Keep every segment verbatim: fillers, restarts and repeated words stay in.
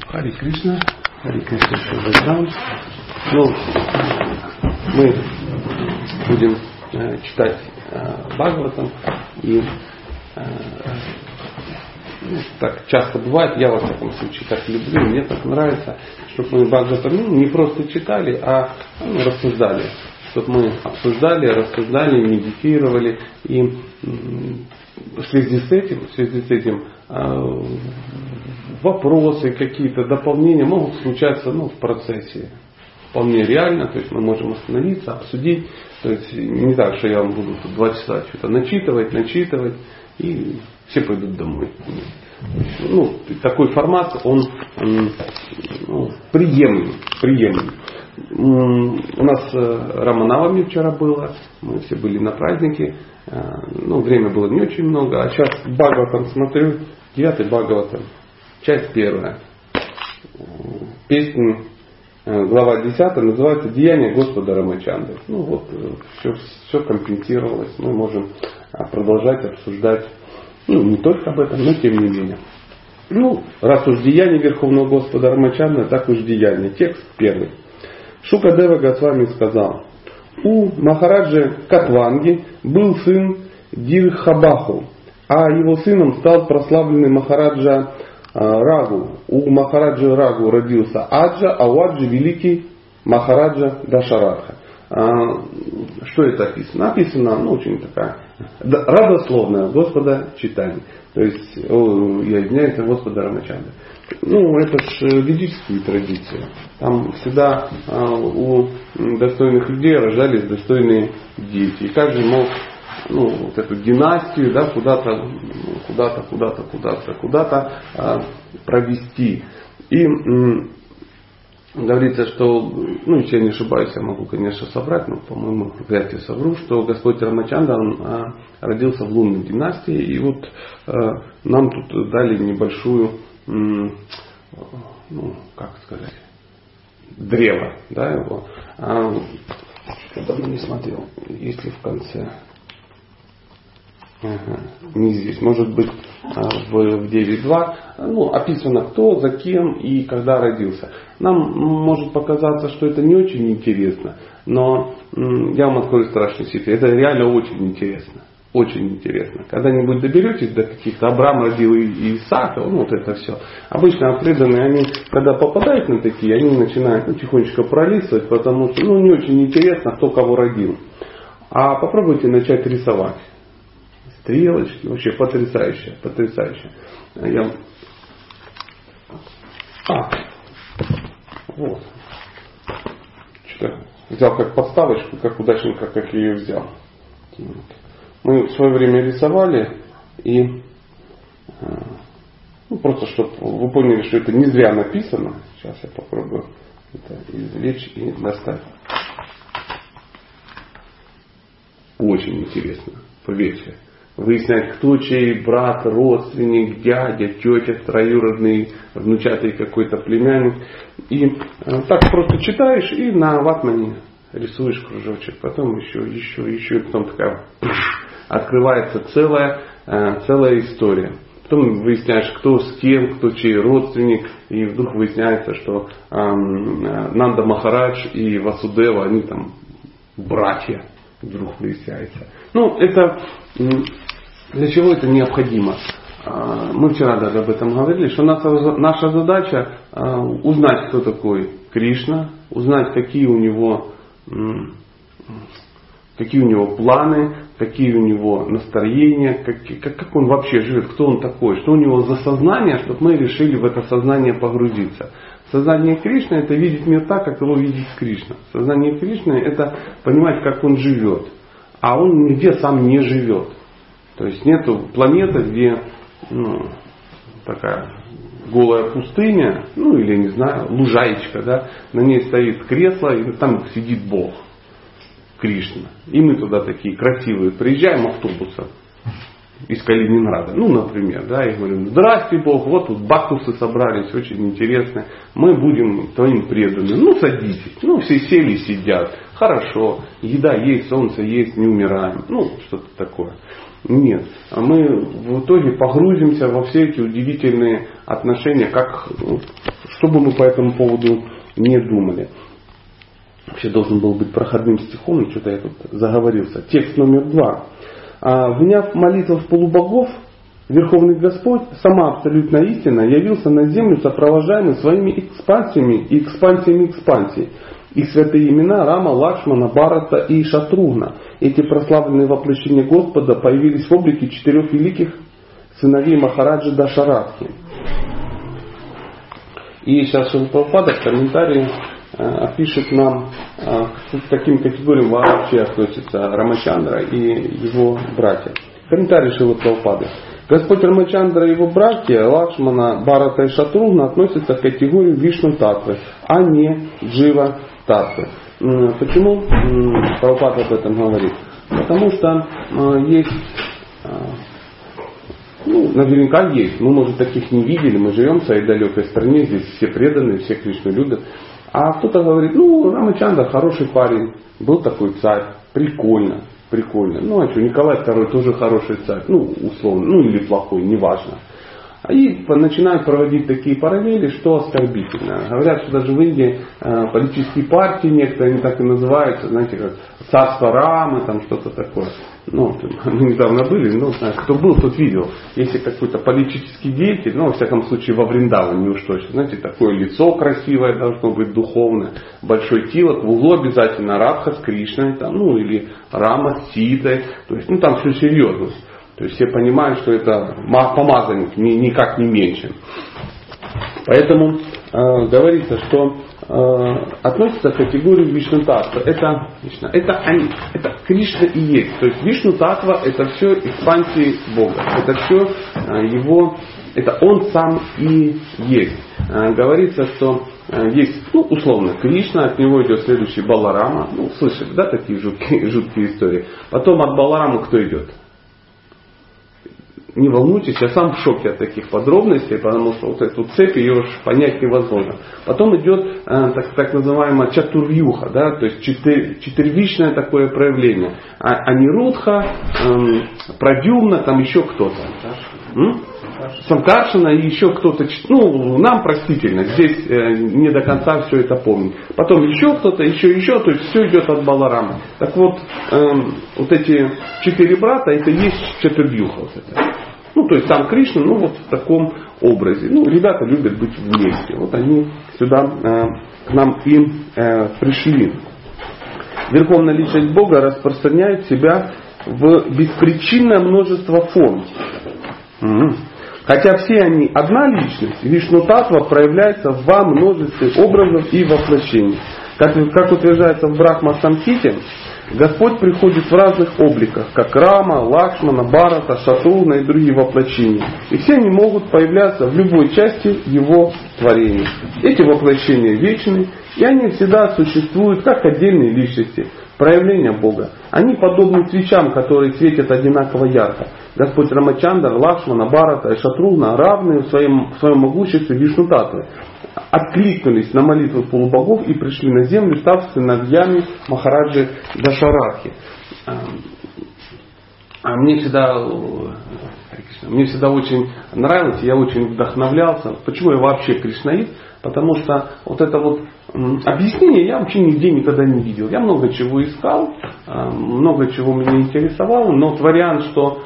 Хари Кришна, Хари Кришна Шивадхам. Ну, мы будем э, читать э, Бхагаватам, и э, ну, так часто бывает, я во всяком случае так люблю, мне так нравится, чтобы мы Бхагаватам ну, не просто читали, а ну, рассуждали. Чтобы мы обсуждали, рассуждали, медитировали. И в связи с этим, в связи с этим э, вопросы, какие-то дополнения могут случаться ну, в процессе. Вполне реально, то есть мы можем остановиться, обсудить. То есть не так, что я вам буду тут два часа что-то начитывать, начитывать, и все пойдут домой. Ну, такой формат, он, он ну, приемлем, приемлем. У нас Раманавами вчера было, мы все были на празднике, ну, время было не очень много, а сейчас Бхагаватам смотрю, девятый Бхагаватам, часть первая, песня, глава десятая, называется «Деяния Господа Рамачандры». Ну вот, все, все компенсировалось, мы можем продолжать обсуждать, ну, не только об этом, но тем не менее. Ну, раз уж деяния Верховного Господа Рамачандры, так уж деяния. Текст первый. Шукадева Госвами сказал: у Махараджи Катванги был сын Дирхабаху, а его сыном стал прославленный Махараджа Рагу. У Махараджи Рагу родился Аджа, а у Аджи великий Махараджа Дашарадха. Что это написано? Написано, ну, очень такая родословная Господа читания. То есть, о, я извиняюсь, Господа Рамачандры. Ну, это же ведические традиции. Там всегда э, у достойных людей рождались достойные дети. И каждый мог ну, вот эту династию да, куда-то, куда-то, куда-то, куда-то, куда-то э, провести. И э, говорится, что, ну, если я не ошибаюсь, я могу, конечно, соврать, но, по-моему, вряд ли совру, что Господь Рамачандра он, э, родился в лунной династии. И вот э, нам тут дали небольшую ну, как сказать, древо, да, его. А, я давно не смотрел, есть ли в конце. Ага, не здесь, может быть в, в девять два, ну, описано кто, за кем и когда родился. Нам может показаться, что это не очень интересно, но я вам открою страшный секрет, это реально очень интересно. Очень интересно. Когда-нибудь доберетесь до каких-то Авраам родил и Исаака, ну вот это все. Обычно преданные, они когда попадают на такие, они начинают ну, тихонечко пролистывать, потому что ну, не очень интересно, кто кого родил. А попробуйте начать рисовать. Стрелочки, вообще потрясающе, потрясающе. Я... А, вот. Что-то взял как подставочку, как удачненько, как я ее взял. Мы в свое время рисовали, и ну, просто чтобы вы поняли, что это не зря написано. Сейчас я попробую это извлечь и достать. Очень интересно, поверьте. Выяснять, кто чей брат, родственник, дядя, тетя, троюродный, внучатый какой-то племянник. И э, так просто читаешь и на ватмане рисуешь кружочек. Потом еще, еще, еще. И потом такая... открывается целая, целая история. Потом выясняешь, кто с кем, кто чей родственник. И вдруг выясняется, что Нанда Махарадж и Васудева, они там братья. Вдруг выясняется. Ну, это для чего это необходимо? Мы вчера даже об этом говорили, что наша, наша задача узнать, кто такой Кришна, узнать, какие у него, какие у него планы, какие у него настроения, как, как, как он вообще живет, кто он такой, что у него за сознание, чтобы мы решили в это сознание погрузиться. Сознание Кришны — это видеть мир так, как его видит Кришна. Сознание Кришны — это понимать, как он живет. А он нигде сам не живет. То есть нету планеты, где ну, такая голая пустыня, ну или, не знаю, лужаечка, да, на ней стоит кресло, и там сидит Бог. Кришна. И мы туда такие красивые приезжаем автобусом из Калининграда, ну, например, да, и говорим: здрасте, Бог, вот тут бактусы собрались, очень интересно, мы будем твоим преданным. Ну, садитесь. Ну, все сели, сидят. Хорошо. Еда есть, солнце есть, не умираем. Ну, что-то такое. Нет. Мы в итоге погрузимся во все эти удивительные отношения, как, что бы мы по этому поводу не думали. Вообще должен был быть проходным стихом, но что-то я тут заговорился. Текст номер два. «Вняв молитвах полубогов, Верховный Господь, сама абсолютная истина, явился на землю, сопровождаемый своими экспансиями и экспансиями экспансий. Их святые имена Рама, Лакшмана, Барата и Шатругна. Эти прославленные воплощения Господа появились в облике четырех великих сыновей Махараджи Дашаратхи». И сейчас Шрила Прабхупада в комментарии опишет нам, к каким категориям вообще относятся Рамачандра и его братья. Комментарий Шрилы Прабхупады. Господь Рамачандра и его братья Лакшмана, Барата и Шатругна относятся к категории Вишну Татвы, а не Джива Татвы. Почему Прабхупада об этом говорит? Потому что есть, ну, наверняка есть, мы, может, таких не видели, мы живем в своей далекой стране, здесь все преданные, все Кришну любят. А кто-то говорит, ну, Рамачандра хороший парень, был такой царь, прикольно. Прикольно. Ну, а что, Николай второй тоже хороший царь. Ну, условно. Ну, или плохой, неважно. И начинают проводить такие параллели, что оскорбительно. Говорят, что даже в Индии э, политические партии некоторые, они так и называются, знаете, как царство Рамы, там что-то такое. Ну, мы недавно были, ну, кто был, тот видел. Если какой-то политический деятель, ну, во всяком случае, во Вриндаване уж точно, знаете, такое лицо красивое должно быть, духовное, большой тилок, в углу обязательно Радха с Кришной, там, ну, или Рама с Ситой, то есть, ну, там все серьезно. То есть все понимают, что это помазанник, никак не меньше. Поэтому э, говорится, что э, относится к категории Вишну Татва. Это, это, они, это Кришна и есть. То есть Вишну Татва это все экспансии Бога. Это все э, его, это он сам и есть. Э, говорится, что э, есть, ну, условно, Кришна, от него идет следующий Баларама. Ну, слышали, да, такие жуткие, жуткие истории. Потом от Баларамы кто идет? Не волнуйтесь, я сам в шоке от таких подробностей, потому что вот эту цепь ее уж понять невозможно. Потом идет э, так, так называемая чатурьюха, да, то есть четыр, четырвичное такое проявление. А, Анирудха, э, Прадюмна, там еще кто-то. М? Санкаршина и еще кто-то. Ну, нам простительно, здесь э, не до конца все это помнить. Потом еще кто-то, еще, еще, то есть все идет от Баларама. Так вот, э, вот эти четыре брата, это есть чатурьюха. Вот это. Ну, то есть сам Кришна, ну, вот в таком образе. Ну, ребята любят быть вместе. Вот они сюда э, к нам и э, пришли. Верховная личность Бога распространяет себя в беспричинное множество форм. Угу. Хотя все они одна личность, Вишну Татва проявляется во множестве образов и воплощений. Как, как утверждается в Брахма Самхите, Господь приходит в разных обликах, как Рама, Лакшмана, Барата, Шатругна и другие воплощения. И все они могут появляться в любой части Его творения. Эти воплощения вечны, и они всегда существуют как отдельные личности, проявления Бога. Они подобны свечам, которые светят одинаково ярко. Господь Рамачандра, Лакшмана, Барата и Шатругна равны в своем, в своем могуществе Вишну Татвы. Откликнулись на молитвы полубогов и пришли на землю, став сыновьями Махараджи Дашаратхи. А мне всегда, мне всегда очень нравилось, я очень вдохновлялся. Почему я вообще кришнаит? Потому что вот это вот объяснение я вообще нигде никогда не видел. Я много чего искал, много чего меня интересовало, но вот вариант, что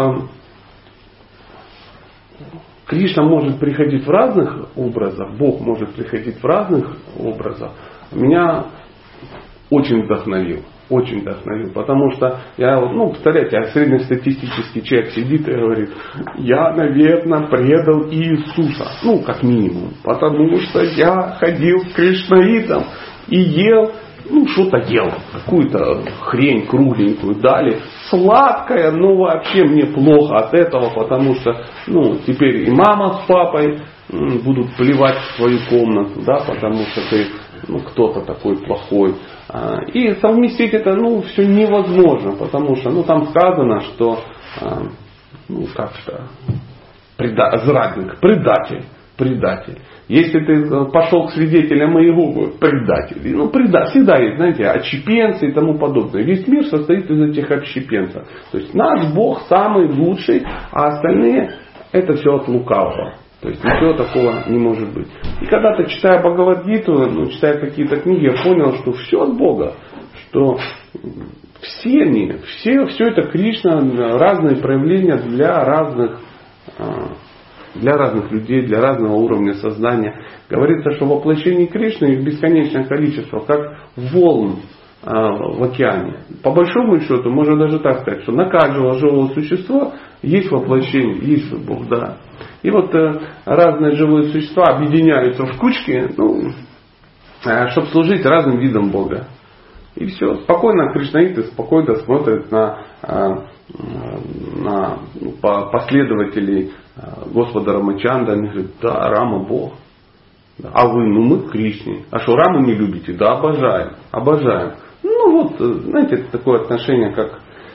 Кришна может приходить в разных образах, Бог может приходить в разных образах, меня очень вдохновил. Очень вдохновил. Потому что я, ну, представляете, а среднестатистический человек сидит и говорит, я, наверное, предал Иисуса. Ну, как минимум. Потому что я ходил к кришнаитам и ел, ну, что-то ел. Какую-то хрень кругленькую дали. Сладкое, но вообще мне плохо от этого, потому что, ну, теперь и мама с папой будут плевать в твою комнату, да, потому что ты, ну, кто-то такой плохой. И совместить это, ну, все невозможно, потому что, ну, там сказано, что, ну, как-то, преда- зрадник, предатель. предатель. Если ты пошел к свидетелям Иеговы, предатель. Ну, преда... всегда есть, знаете, отщепенцы и тому подобное. Весь мир состоит из этих отщепенцев. То есть наш Бог самый лучший, а остальные это все от лукавого. То есть ничего такого не может быть. И когда-то, читая Бхагавад-гиту, ну, читая какие-то книги, я понял, что все от Бога. Что все они, все, все это Кришна, разные проявления для разных, для разных людей, для разного уровня сознания. Говорится, что воплощение Кришны их бесконечное количество, как волн в океане. По большому счету, можно даже так сказать, что на каждого живого существа есть воплощение, есть Бог, да. И вот э, разные живые существа объединяются в кучки, ну, э, чтобы служить разным видам Бога. И все. Спокойно кришнаиты спокойно смотрят на, э, на ну, последователей э, Господа Рамачанда. Они говорят, да, Рама Бог. А вы, ну мы Кришне. А что, Раму не любите? Да, обожаем. Обожаем. Ну вот, знаете, это такое отношение, как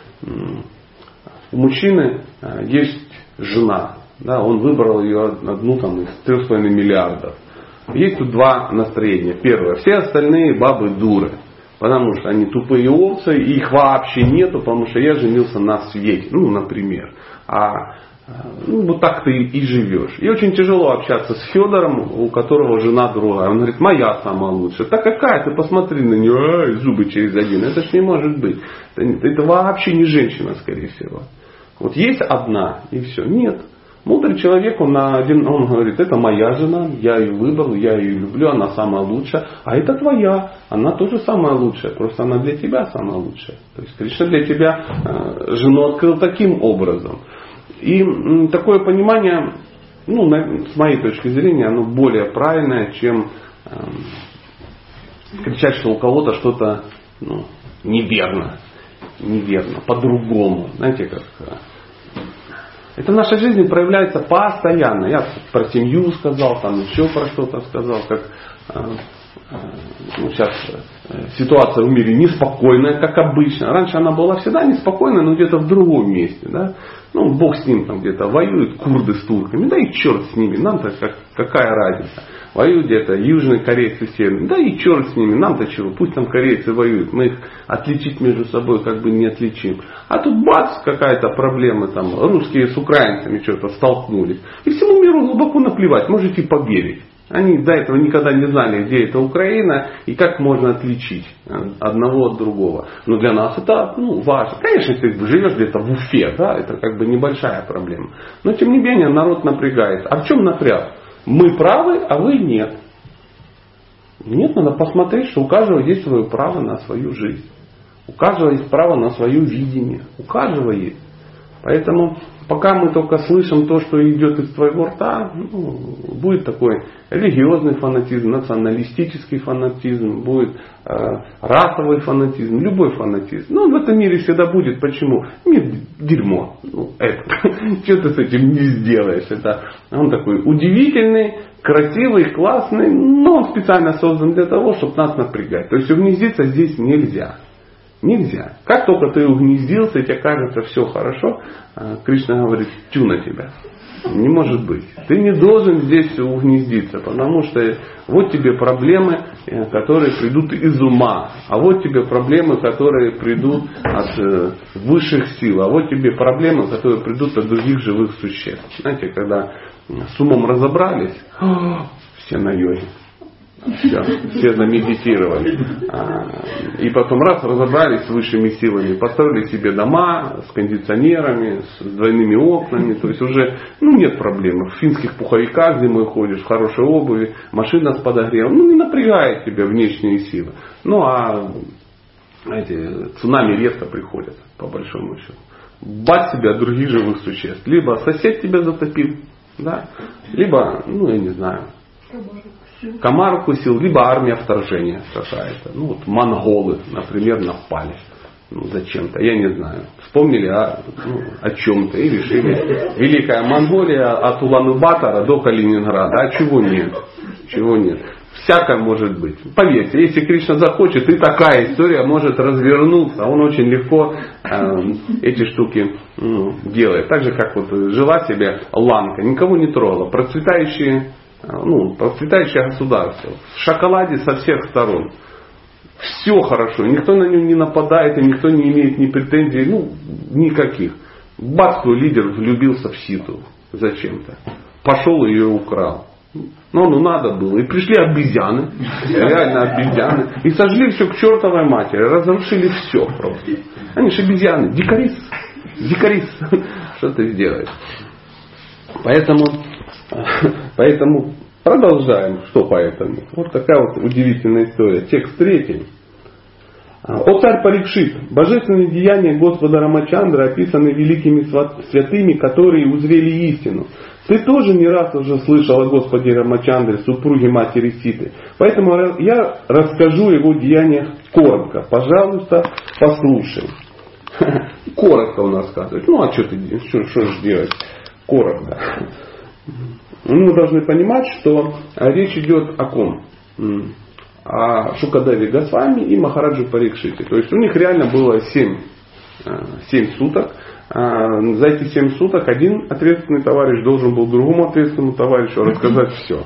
у мужчины есть жена. Да, он выбрал ее одну там, из трех с половиной миллиардов. Есть тут два настроения. Первое. Все остальные бабы дуры. Потому что они тупые овцы, и их вообще нету, потому что я женился на свете. Ну, например. А ну, вот так ты и живешь. И очень тяжело общаться с Федором, у которого жена другая. Он говорит, моя самая лучшая. Так какая? Ты посмотри на нее, ай, зубы через один. Это ж не может быть. Это, это вообще не женщина, скорее всего. Вот есть одна, и все. Нет. Мудрый человек, он, один, он говорит, это моя жена, я ее выбрал, я ее люблю, она самая лучшая. А это твоя, она тоже самая лучшая, просто она для тебя самая лучшая. То есть Кришна для тебя э, жену открыл таким образом. И м, такое понимание, ну, на, с моей точки зрения, оно более правильное, чем э, кричать, что у кого-то что-то ну, неверно, неверно, по-другому. Знаете, как... Это в нашей жизни проявляется постоянно. Я про семью сказал, там еще про что-то сказал, как э, э, ну, сейчас э, ситуация в мире неспокойная, как обычно. Раньше она была всегда неспокойная, но где-то в другом месте. Да? Ну, Бог с ним там где-то воюет, курды с турками, да и черт с ними, нам-то как, какая разница. Воюют где-то южные корейцы, северные, да и черт с ними, нам-то чего, пусть там корейцы воюют, мы их отличить между собой как бы не отличим. А тут бац, какая-то проблема, там русские с украинцами что-то столкнулись. И всему миру глубоко наплевать, можете поверить. Они до этого никогда не знали, где это Украина и как можно отличить одного от другого. Но для нас это ну, важно. Конечно, если ты живешь где-то в Уфе, да, это как бы небольшая проблема. Но тем не менее народ напрягается. А в чем напряг? Мы правы, а вы нет. Нет, надо посмотреть, что у каждого есть свое право на свою жизнь. У каждого есть право на свое видение. У каждого есть. Поэтому пока мы только слышим то, что идет из твоего рта, ну, будет такой религиозный фанатизм, националистический фанатизм, будет э, расовый фанатизм, любой фанатизм. Но в этом мире всегда будет. Почему? Мир дерьмо. Ну, это, что ты с этим не сделаешь? Это, он такой удивительный, красивый, классный, но он специально создан для того, чтобы нас напрягать. То есть угнездиться здесь нельзя. Нельзя. Как только ты угнездился, и тебе кажется все хорошо, Кришна говорит, тю на тебя. Не может быть. Ты не должен здесь угнездиться, потому что вот тебе проблемы, которые придут из ума. А вот тебе проблемы, которые придут от высших сил. А вот тебе проблемы, которые придут от других живых существ. Знаете, когда с умом разобрались, все на йоге. Все, все замедитировали. И потом раз разобрались с высшими силами, построили себе дома с кондиционерами, с двойными окнами. То есть уже ну, нет проблем. В финских пуховиках зимой ходишь, в хорошей обуви, машина с подогревом. Ну не напрягает тебя внешние силы. Ну а знаете, цунами редко приходят, по большому счету. Бать себя от других живых существ. Либо сосед тебя затопил, да, либо, ну я не знаю, комар укусил, либо армия вторжения какая-то. Ну вот монголы, например, напали. Ну, зачем-то, я не знаю. Вспомнили о, ну, о чем-то и решили. Великая Монголия от Улан-Батора до Калининграда. А чего нет? Чего нет? Всякое может быть. Поверьте, если Кришна захочет, и такая история может развернуться. Он очень легко э, эти штуки ну, делает. Так же, как вот жила себе Ланка, никого не трогала. Процветающие ну, процветающее государство. В шоколаде со всех сторон. Все хорошо. Никто на него не нападает, и никто не имеет ни претензий, ну, никаких. Бац, твой лидер влюбился в Ситу зачем-то. Пошел и ее украл. Ну, ну надо было. И пришли обезьяны. Реально обезьяны. И сожгли все к чертовой матери. Разрушили все просто. Они же обезьяны. Дикарис. Дикарис. Что ты сделаешь? Поэтому, поэтому продолжаем. Что поэтому? Вот такая вот удивительная история. Текст третий. О царь Парикшит, божественные деяния Господа Рамачандры описаны великими святыми, которые узрели истину. Ты тоже не раз уже слышал о Господе Рамачандре, супруге матери Ситы. Поэтому я расскажу о его деяниях коротко. Пожалуйста, послушай. Коротко он рассказывает. Ну а что ты что, что же делать? Коротко. Мы должны понимать, что речь идет о ком? О Шукадеве Госвами и Махараджи Парикшите. То есть у них реально было семь, семь суток. За эти семь суток один ответственный товарищ должен был другому ответственному товарищу рассказать все.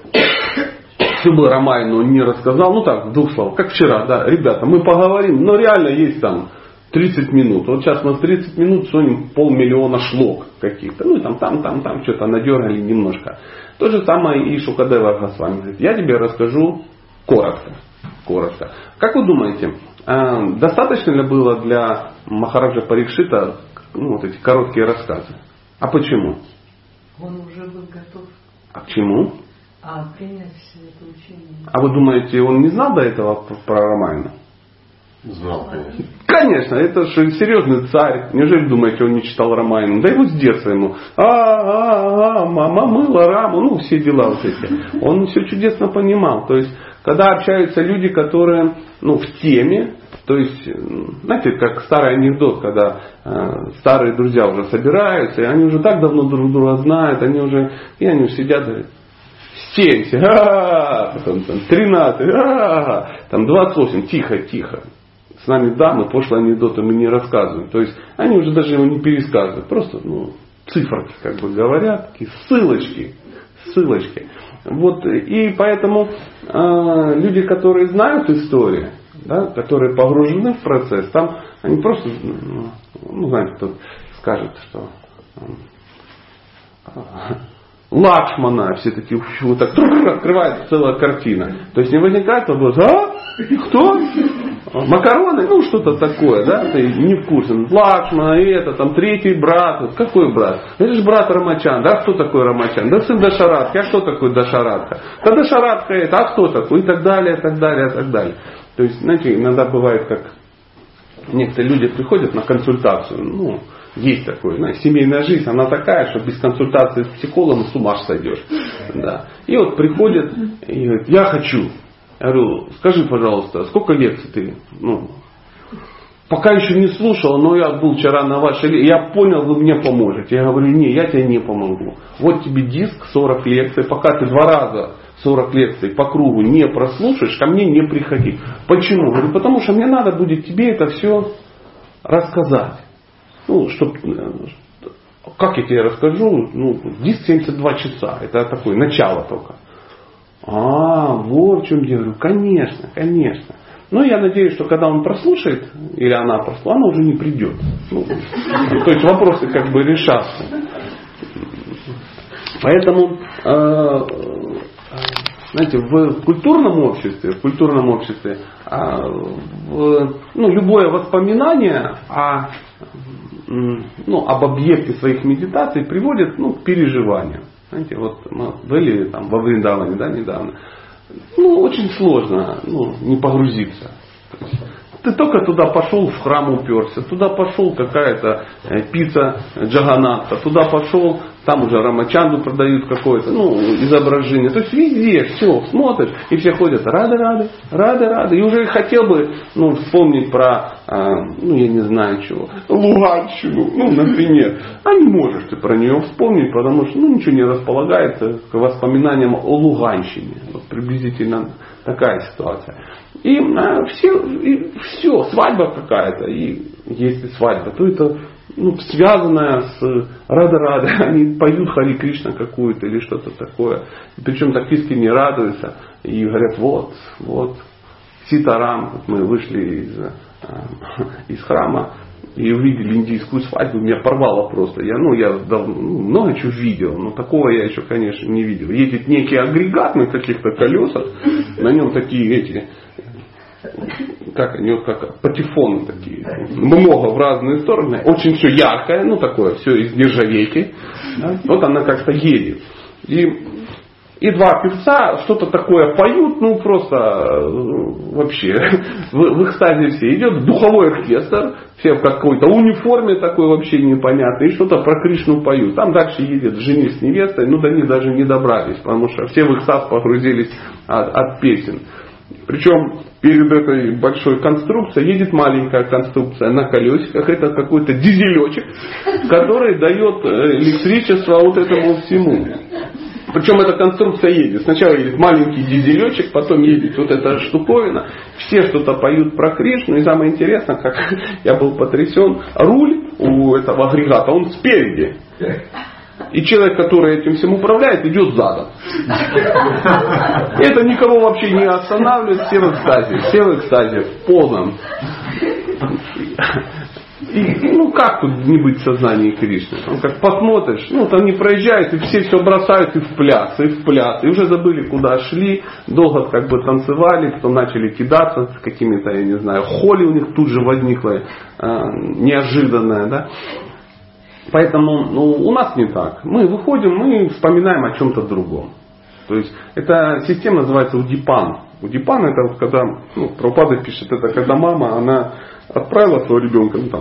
Все было Рамайна, он не рассказал. Ну так, в двух словах. Как вчера, да, ребята, мы поговорим, но реально есть там тридцать минут. Вот сейчас мы в тридцать минут сунем полмиллиона шлок каких-то. Ну и там, там, там, там что-то надергали немножко. То же самое и Шукадева Госвами говорит, я тебе расскажу коротко. Коротко. Как вы думаете, достаточно ли было для Махараджа Парикшита, ну, вот эти короткие рассказы? А почему? Он уже был готов. А к чему? А принять все это учение. А вы думаете, он не знал до этого про Рамайну? Знал, конечно. Конечно, это же серьезный царь. Неужели думаете, он не читал Рамайну? Да его с детства ему. А-а-а, мама мыла Раму. Ну, все дела вот эти. Он все чудесно понимал. То есть, когда общаются люди, которые, ну, в теме, то есть, знаете, как старый анекдот, когда э, старые друзья уже собираются, и они уже так давно друг друга знают, они уже, и они уже сидят, говорят, семьдесят, потом там, тринадцать, там двадцать восемь, тихо, тихо. С нами дамы, пошлые анекдоты мы не рассказываем. То есть, они уже даже его не пересказывают. Просто, ну, циферки, как бы говорят, такие ссылочки, ссылочки. Вот, и поэтому э, люди, которые знают историю, да, которые погружены в процесс, там они просто, ну, знаете, кто скажет, что э, Лакшмана, все такие, вот так открывается целая картина. То есть не возникает вопрос, а? Кто? Макароны? Ну, что-то такое, да? Ты не в курсе. Лакшмана, и это, там, третий брат. Какой брат? Это же брат Рамачандра. А кто такой Рамачандра? Да сын Дашаратки. А кто такой Дашаратка? Да Дашаратка это. А кто такой? И так далее, и так далее, и так далее. То есть, знаете, иногда бывает, как некоторые люди приходят на консультацию, ну, есть такое, знаете, семейная жизнь, она такая, что без консультации с психологом с ума сойдешь. Да. И вот приходят и говорят, я хочу. Я говорю, скажи, пожалуйста, сколько лекций ты, ну, пока еще не слушал, но я был вчера на вашей лекции, я понял, вы мне поможете. Я говорю, не, я тебе не помогу. Вот тебе диск, сорок лекций, пока ты два раза сорок лекций по кругу не прослушаешь, ко мне не приходи. Почему? Я говорю, потому что мне надо будет тебе это все рассказать. Ну, чтоб, как я тебе расскажу, ну, диск семьдесят два часа, это такое, начало только. А, вот в чем дело. Говорю, конечно, конечно. Но я надеюсь, что когда он прослушает, или она прослушает, она уже не придет. Ну, то есть вопросы как бы решатся. Поэтому, э, знаете, в культурном обществе, в культурном обществе, э, в, ну, любое воспоминание о, ну, об объекте своих медитаций приводит, ну, к переживаниям. Знаете, вот мы были там во Вриндаване, да, недавно. Ну, очень сложно, ну, не погрузиться. Ты только туда пошел, в храм уперся, туда пошел какая-то пицца Джаганатха, туда пошел, там уже Рамачанду продают какое-то, ну, изображение. То есть везде все смотришь, и все ходят рады-рады, рады-рады. И уже хотел бы, ну, вспомнить про, э, ну, я не знаю чего, Луганщину, ну, например. А не можешь ты про нее вспомнить, потому что, ну, ничего не располагается к воспоминаниям о Луганщине. Вот приблизительно такая ситуация. И, э, все, и все, свадьба какая-то, и если свадьба, то это ну, связанное с Рада-Рада. Они поют Хари Кришна какую-то или что-то такое. Причем так искренне радуются. И говорят, вот, вот, Ситарам. Вот мы вышли из, из храма и увидели индийскую свадьбу. Меня порвало просто. Я, ну, я давно, ну, много чего видел, но такого я еще, конечно, не видел. Едет некий агрегат на каких-то колесах, на нем такие эти... как они, вот как патефоны такие, много в разные стороны, очень все яркое, ну такое, все из нержавейки. Да? Вот она как-то едет. И, и два певца что-то такое поют, ну просто вообще в, в экстазе все. Идет духовой оркестр, все в какой-то униформе такой вообще непонятной, и что-то про Кришну поют. Там дальше едет жених с невестой, ну до них даже не добрались, потому что все в экстаз погрузились от, от песен. Причем перед этой большой конструкцией едет маленькая конструкция на колесиках. Это какой-то дизелечек, который дает электричество вот этому всему. Причем эта конструкция едет. Сначала едет маленький дизелечек, потом едет вот эта штуковина. Все что-то поют про Кришну. И самое интересное, как я был потрясен, руль у этого агрегата, он спереди. И человек, который этим всем управляет, идет задом. И это никого вообще не останавливает. Все в экстазе. Все в экстазе. В полном. И, ну как тут не быть в сознании Кришны? Там как посмотришь, ну там не проезжают, и все все бросают и в пляс, и в пляс. И уже забыли, куда шли. Долго как бы танцевали, потом начали кидаться с какими-то, я не знаю, холли у них тут же возникло э, неожиданное, да. Поэтому ну, у нас не так. Мы выходим, мы вспоминаем о чем-то другом. То есть эта система называется удипан. Удипан это вот когда, ну, Прабхупада пишет, это когда мама, она отправила своего ребенка ну, там,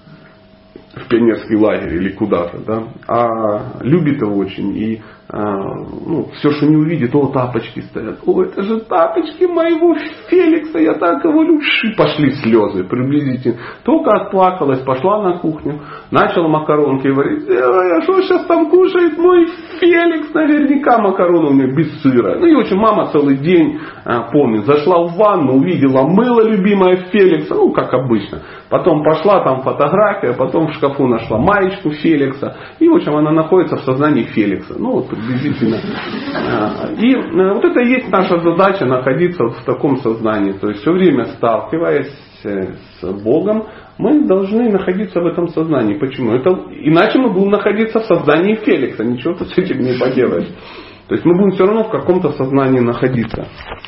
в пионерский лагерь или куда-то, да, а любит его очень и а, ну, все, что не увидит, о, тапочки стоят, о, это же тапочки моего Феликса, я так его люблю, пошли слезы приблизительно, только отплакалась, пошла на кухню, начала макаронки варить, а что сейчас там кушает мой Феликс, наверняка макароны у меня без сыра, ну и очень мама целый день а, помнит, зашла в ванну, увидела мыло любимое Феликса, ну как обычно, потом пошла там фотография, потом в шкафу нашла маечку Феликса, и в общем она находится в сознании Феликса, ну вот приблизительно. И вот это и есть наша задача, находиться вот в таком сознании. То есть все время сталкиваясь с Богом, мы должны находиться в этом сознании. Почему? Это, иначе мы будем находиться в сознании Феликса. Ничего ты с этим не поделаешь. То есть мы будем все равно в каком-то сознании находиться.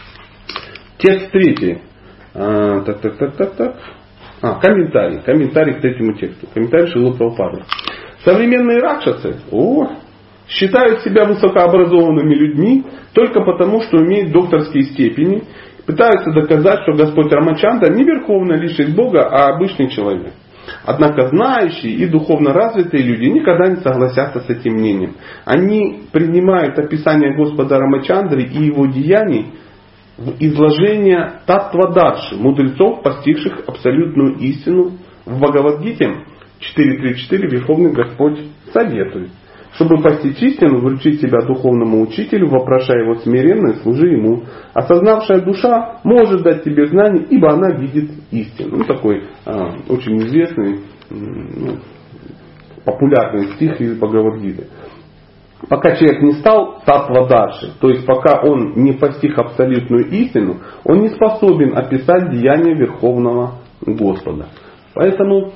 Текст третий. А, так, так, так, так, так. А, комментарий. Комментарий к третьему тексту. Комментарий Шрилы Прабхупады. Современные ракшасы, о, считают себя высокообразованными людьми только потому, что имеют докторские степени, пытаются доказать, что Господь Рамачандра не верховная личность Бога, а обычный человек. Однако знающие и духовно развитые люди никогда не согласятся с этим мнением. Они принимают описание Господа Рамачандры и его деяний в изложение Таттвадарши, мудрецов, постигших абсолютную истину. В Бхагавад-гите четыре тридцать четыре Верховный Господь советует: чтобы постичь истину, вручить себя духовному учителю, вопрошая его смиренно и служи ему. Осознавшая душа может дать тебе знания, ибо она видит истину. Ну, такой а, очень известный, ну, популярный стих из Бхагавад-гиты. Пока человек не стал таттвадарши, то есть пока он не постиг абсолютную истину, он не способен описать деяния Верховного Господа. Поэтому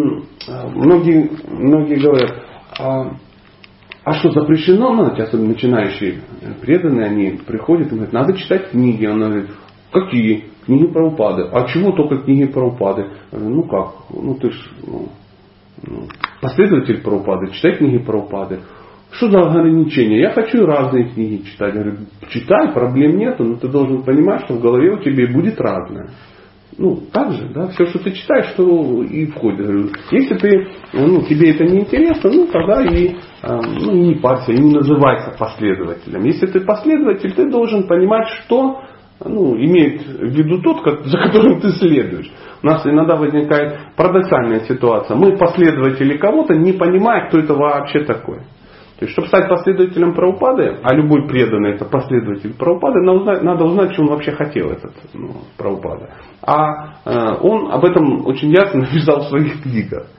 многие, многие говорят, а, а что запрещено? Ну, особенно начинающие преданные, они приходят и говорят, надо читать книги. Он говорит, какие? Книги Прабхупады. А чего только книги Прабхупады? Ну как? Ну ты ж ну, последователь Прабхупады, читай книги Прабхупады. Что за ограничения? Я хочу разные книги читать. Я говорю, читай, проблем нету, но ты должен понимать, что в голове у тебя будет разное. Ну, так же, да, все, что ты читаешь, что и входит. Я говорю, если ты, ну, тебе это не интересно, ну, тогда и, ну, и не парься, и не называйся последователем. Если ты последователь, ты должен понимать, что, ну, имеет в виду тот, за которым ты следуешь. У нас иногда возникает парадоксальная ситуация. Мы последователи кого-то, не понимая, кто это вообще такой. То есть, чтобы стать последователем Прабхупады, а любой преданный это последователь Прабхупады, надо узнать, надо узнать, что он вообще хотел, этот ну, Прабхупада. А э, он об этом очень ясно написал в своих книгах.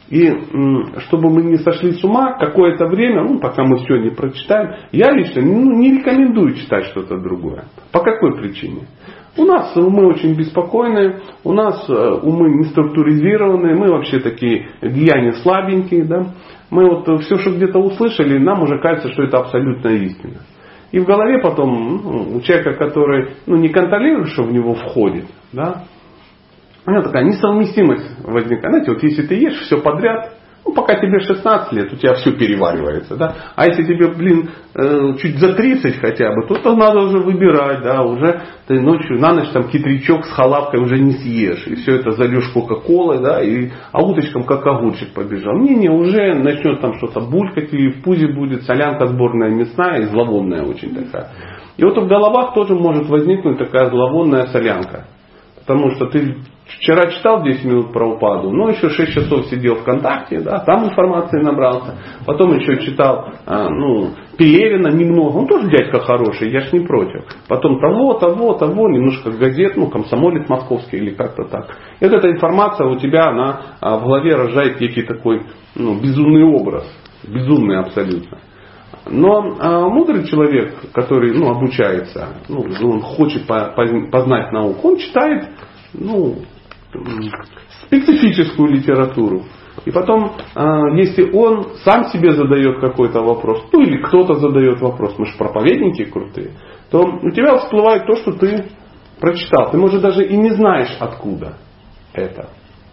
И чтобы мы не сошли с ума, какое-то время, ну, пока мы все не прочитаем, я лично ну, не рекомендую читать что-то другое. По какой причине? У нас умы очень беспокойные, у нас умы не структуризированные, мы вообще такие деяния слабенькие. Да? Мы вот все, что где-то услышали, нам уже кажется, что это абсолютная истина. И в голове потом ну, у человека, который ну, не контролирует, что в него входит, да, у него такая несовместимость возникает. Знаете, вот если ты ешь все подряд, ну, пока тебе шестнадцать лет, у тебя все переваривается. Да? А если тебе, блин, э, чуть за тридцать хотя бы, то, то надо уже выбирать. Да? Уже ты ночью, на ночь там китрячок с халавкой уже не съешь. И все это зальешь кока-колой, да, и, а уточком как огурчик побежал. Не-не, уже начнет там что-то булькать, и в пузе будет солянка сборная мясная и зловонная очень такая. И вот в головах тоже может возникнуть такая зловонная солянка. Потому что ты вчера читал десять минут про упаду, но еще шесть часов сидел ВКонтакте, да, там информации набрался. Потом еще читал а, ну, Пелевина немного, он тоже дядька хороший, я ж не против. Потом того, того, того, немножко газет, ну, Комсомолец московский или как-то так. И вот эта информация у тебя, она а, в голове рождает некий такой ну, безумный образ, безумный абсолютно. Но а, мудрый человек, который ну, обучается, ну, он хочет по, по, познать науку, он читает ну, специфическую литературу. И потом, а, если он сам себе задает какой-то вопрос, ну или кто-то задает вопрос, мы же проповедники крутые, то у тебя всплывает то, что ты прочитал. Ты, может, даже и не знаешь, откуда это.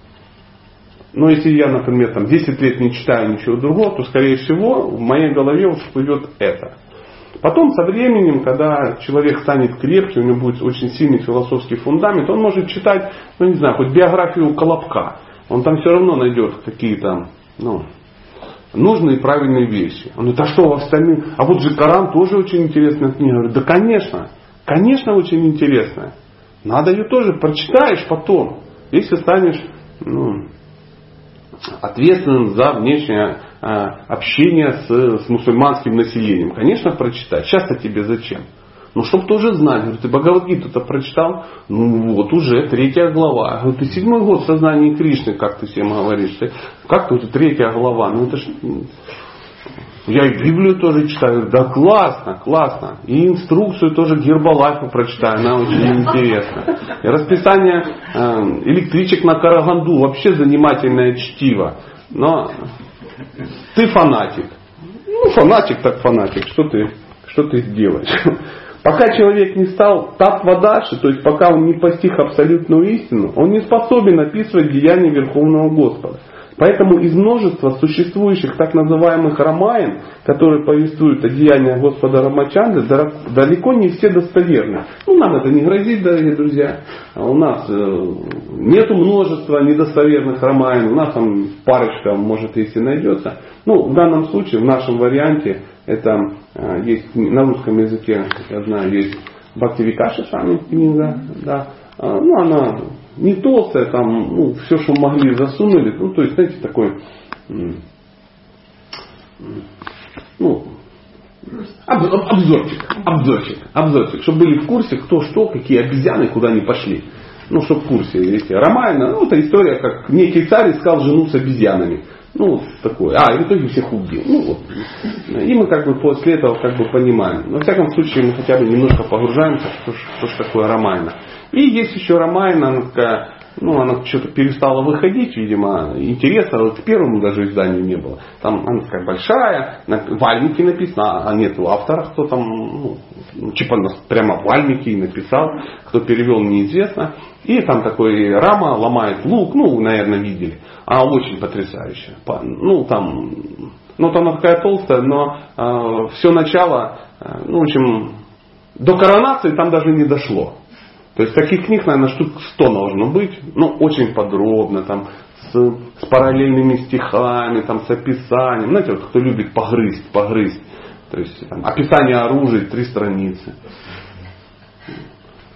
Но если я, например, там, десять лет не читаю ничего другого, то, скорее всего, в моей голове всплывет это. Потом, со временем, когда человек станет крепче, у него будет очень сильный философский фундамент, он может читать, ну, не знаю, хоть биографию Колобка. Он там все равно найдет какие-то ну, нужные и правильные вещи. Он говорит, а что в остальных? А вот же Коран тоже очень интересная книга. Я говорю, да, конечно, конечно, очень интересная. Надо ее тоже прочитаешь потом, если станешь... Ну, ответственным за внешнее а, общение с, с мусульманским населением. Конечно, прочитать. Сейчас-то тебе зачем? Ну, чтобы тоже знать. Говорю, ты Бхагавад-гиту-то прочитал? Ну, вот уже третья глава. Говорю, ты седьмой год в сознании Кришны, как ты всем говоришь. Как тут третья глава? Ну, это ж... Я и Библию тоже читаю. Да классно, классно. И инструкцию тоже Гербалайфа прочитаю. Она очень интересна. И расписание э, электричек на Караганду. Вообще занимательное чтиво. Но ты фанатик. Ну, фанатик так фанатик. Что ты, что ты сделаешь? Пока человек не стал татвадаши, то есть пока он не постиг абсолютную истину, он не способен описывать деяния Верховного Господа. Поэтому из множества существующих так называемых рамаян, которые повествуют о деяниях Господа Рамачандры, далеко не все достоверны. Ну, нам это не грозит, дорогие друзья. У нас нет множества недостоверных рамаян. У нас там парочка, может, если найдется. Ну, в данном случае, в нашем варианте, это есть на русском языке, я знаю, есть Бхактивикаша Шами книга. Да. Ну, она... не толстая, там, ну, все, что могли, засунули. Ну, то есть, знаете, такой, ну, обзорчик, обзорчик, обзорчик, чтобы были в курсе, кто что, какие обезьяны, куда они пошли. Ну, чтобы в курсе, видите, Рамаяна, ну, это история, как некий царь искал жену с обезьянами. Ну, такое. А, и в итоге всех убил. Ну, вот. И мы как бы после этого как бы понимаем. Но, во всяком случае, мы хотя бы немножко погружаемся, что, что же такое Рамаяна. И есть еще Рамаяна, она такая, ну, она что-то перестала выходить, видимо, интереса вот к первому даже изданию не было. Там она такая большая, Вальмики написано, а нет у автора, кто там, ну, типа прямо Вальмики написал, кто перевел, неизвестно. И там такой Рама ломает лук, ну, наверное, видели. А очень потрясающе. Ну, там, ну, там она такая толстая, но э, все начало, э, ну, в общем, до коронации там даже не дошло. То есть таких книг, наверное, штук сто должно быть. Ну, очень подробно, там, с, с параллельными стихами, там, с описанием. Знаете, вот кто любит погрызть, погрызть. То есть там, описание оружия, три страницы.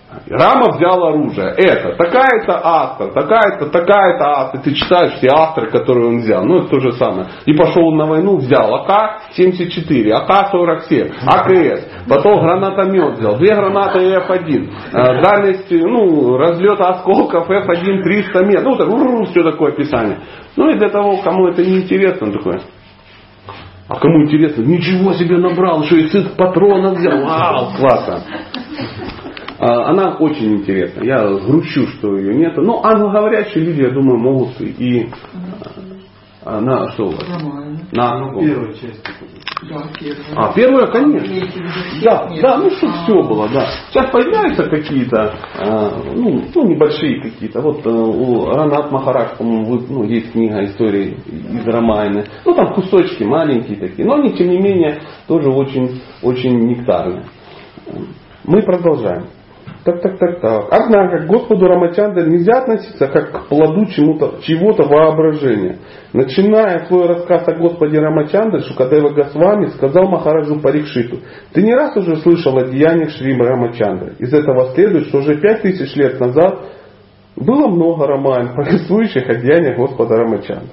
Рама взял оружие. Это такая-то астра, такая-то, такая-то астра. Ты читаешь все астры, которые он взял. Ну, это то же самое. И пошел на войну, взял А К семьдесят четыре, А К сорок семь, А К С. Потом гранатомет взял. Две гранаты Ф один. Дальность, ну, разлета осколков Ф один триста метров. Ну, так, все такое описание. Ну, и для того, кому это не интересно, он такой... А кому интересно, ничего себе набрал, еще и цинк патронов взял. Вау, классно. Она очень интересна. Я грущу, что ее нет. Но англоговорящие люди, я думаю, могут и... На что у вас? На первую часть. А, первая, конечно. Да, да, ну чтобы все было, да. Сейчас появляются какие-то, ну, ну небольшие какие-то. Вот у Ранат Махарадж, по-моему, ну, есть книга истории из Рамайны. Ну там кусочки маленькие такие. Но они, тем не менее, тоже очень, очень нектарные. Мы продолжаем. Так, так, так, так. Однако к Господу Рамачандре нельзя относиться как к плоду чему-то, чего-то воображения. Начиная свой рассказ о Господе Рамачандре, Шукадева Госвами сказал Махараджу Парикшиту: ты не раз уже слышал о деяниях Шри Рамачандры. Из этого следует, что уже пять тысяч лет назад было много рамаян, повествующих о деяниях Господа Рамачандры.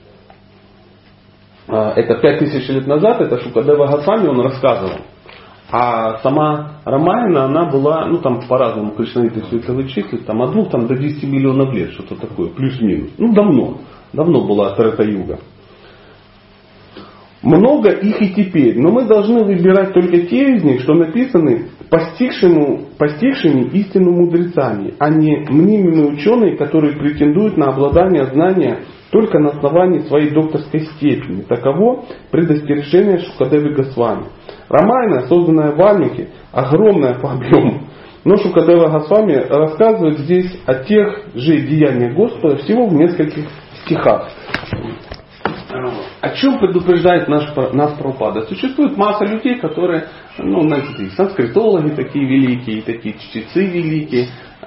Это пять тысяч лет назад, это Шукадева Госвами он рассказывал. А сама Рамаяна, она была, ну там по-разному кришнаиты все это вычислят, там от двух там, до десяти миллионов лет, что-то такое, плюс-минус. Ну давно, давно была Трета-юга. Много их и теперь, но мы должны выбирать только те из них, что написаны постигшими, постигшими истину мудрецами, а не мнимыми ученые, которые претендуют на обладание знания только на основании своей докторской степени. Таково предостережение Шукадевы Госвами. Рамайна, созданная Вальмики, огромная по объему. Но Шукадева Госвами рассказывает здесь о тех же деяниях Господа всего в нескольких стихах. О чем предупреждает наш, нас Прабхупада? Существует масса людей, которые, ну, знаете, санскритологи такие великие, и такие чтецы великие.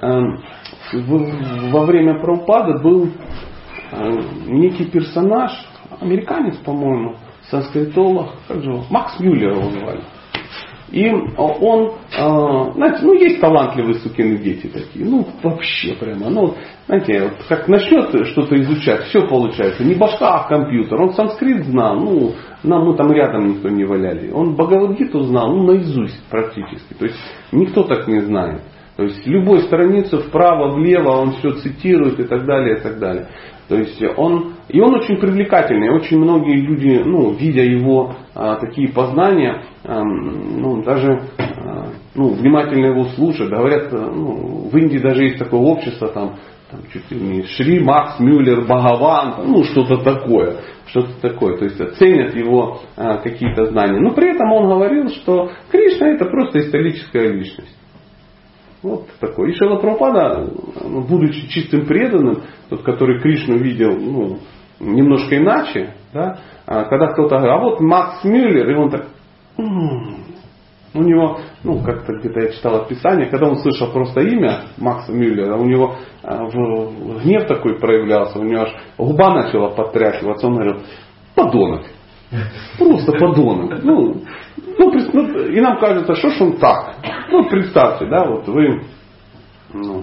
Во время Прабхупады был некий персонаж, американец, по-моему, санскритолог, как же его, Макс Мюллер его звали. И он, знаете, ну есть талантливые сукины дети такие, ну вообще прямо, ну знаете, вот как начнет что-то изучать, все получается, не башка, а компьютер. Он санскрит знал, ну нам мы там рядом никто не валяли. Он Бхагавад-гиту знал, ну наизусть практически, то есть никто так не знает. То есть любую страницу вправо, влево он все цитирует и так далее, и так далее. То есть он, и он очень привлекательный, очень многие люди, ну, видя его а, такие познания, а, ну, даже а, ну, внимательно его слушают, говорят, ну, в Индии даже есть такое общество, там, там чуть ли не Шри Макс Мюллер Бхагаван, ну что-то такое, что-то такое, то есть оценят его а, какие-то знания. Но при этом он говорил, что Кришна это просто историческая личность. Вот такой. И Шрила Прабхупада, будучи чистым преданным, тот, который Кришну видел ну, немножко иначе, да, когда кто-то говорит, а вот Макс Мюллер, и он так, м-м-м. у него, ну как-то где-то я читал описание, когда он слышал просто имя Макса Мюллера, у него гнев такой проявлялся, у него аж губа начала подтряхиваться, он говорил, подонок. Просто подонок. Ну, ну, и нам кажется, что ж он так. Ну, представьте, да, вот вы, ну,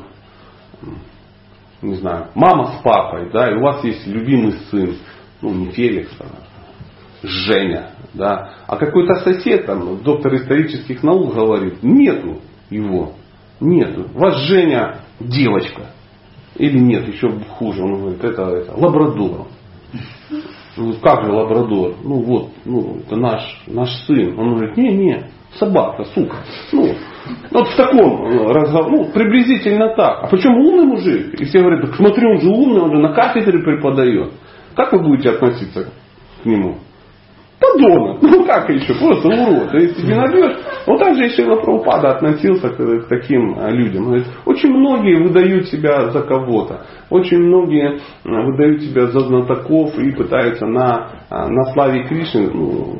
не знаю, мама с папой, да, и у вас есть любимый сын, ну, не Феликс, а Женя, да, а какой-то сосед, там, доктор исторических наук говорит, нету его, нету. У вас Женя девочка. Или нет, еще хуже, он говорит, это, это лабрадор. Ну, как же лабрадор? Ну вот, ну, это наш, наш сын. Он говорит, не, не, собака, сука. Ну, вот в таком разговоре, ну, приблизительно так. А причем умный мужик. И все говорят, так смотри, он же умный, он же на кафедре преподает. Как вы будете относиться к нему? Подонок. Ну как еще? Просто урод. То есть тебе набьешь. Вот так же и Шрила Прабхупада относился к, к таким людям. Говорит, очень многие выдают себя за кого-то. Очень многие выдают себя за знатоков и пытаются на, на славе Кришны ну,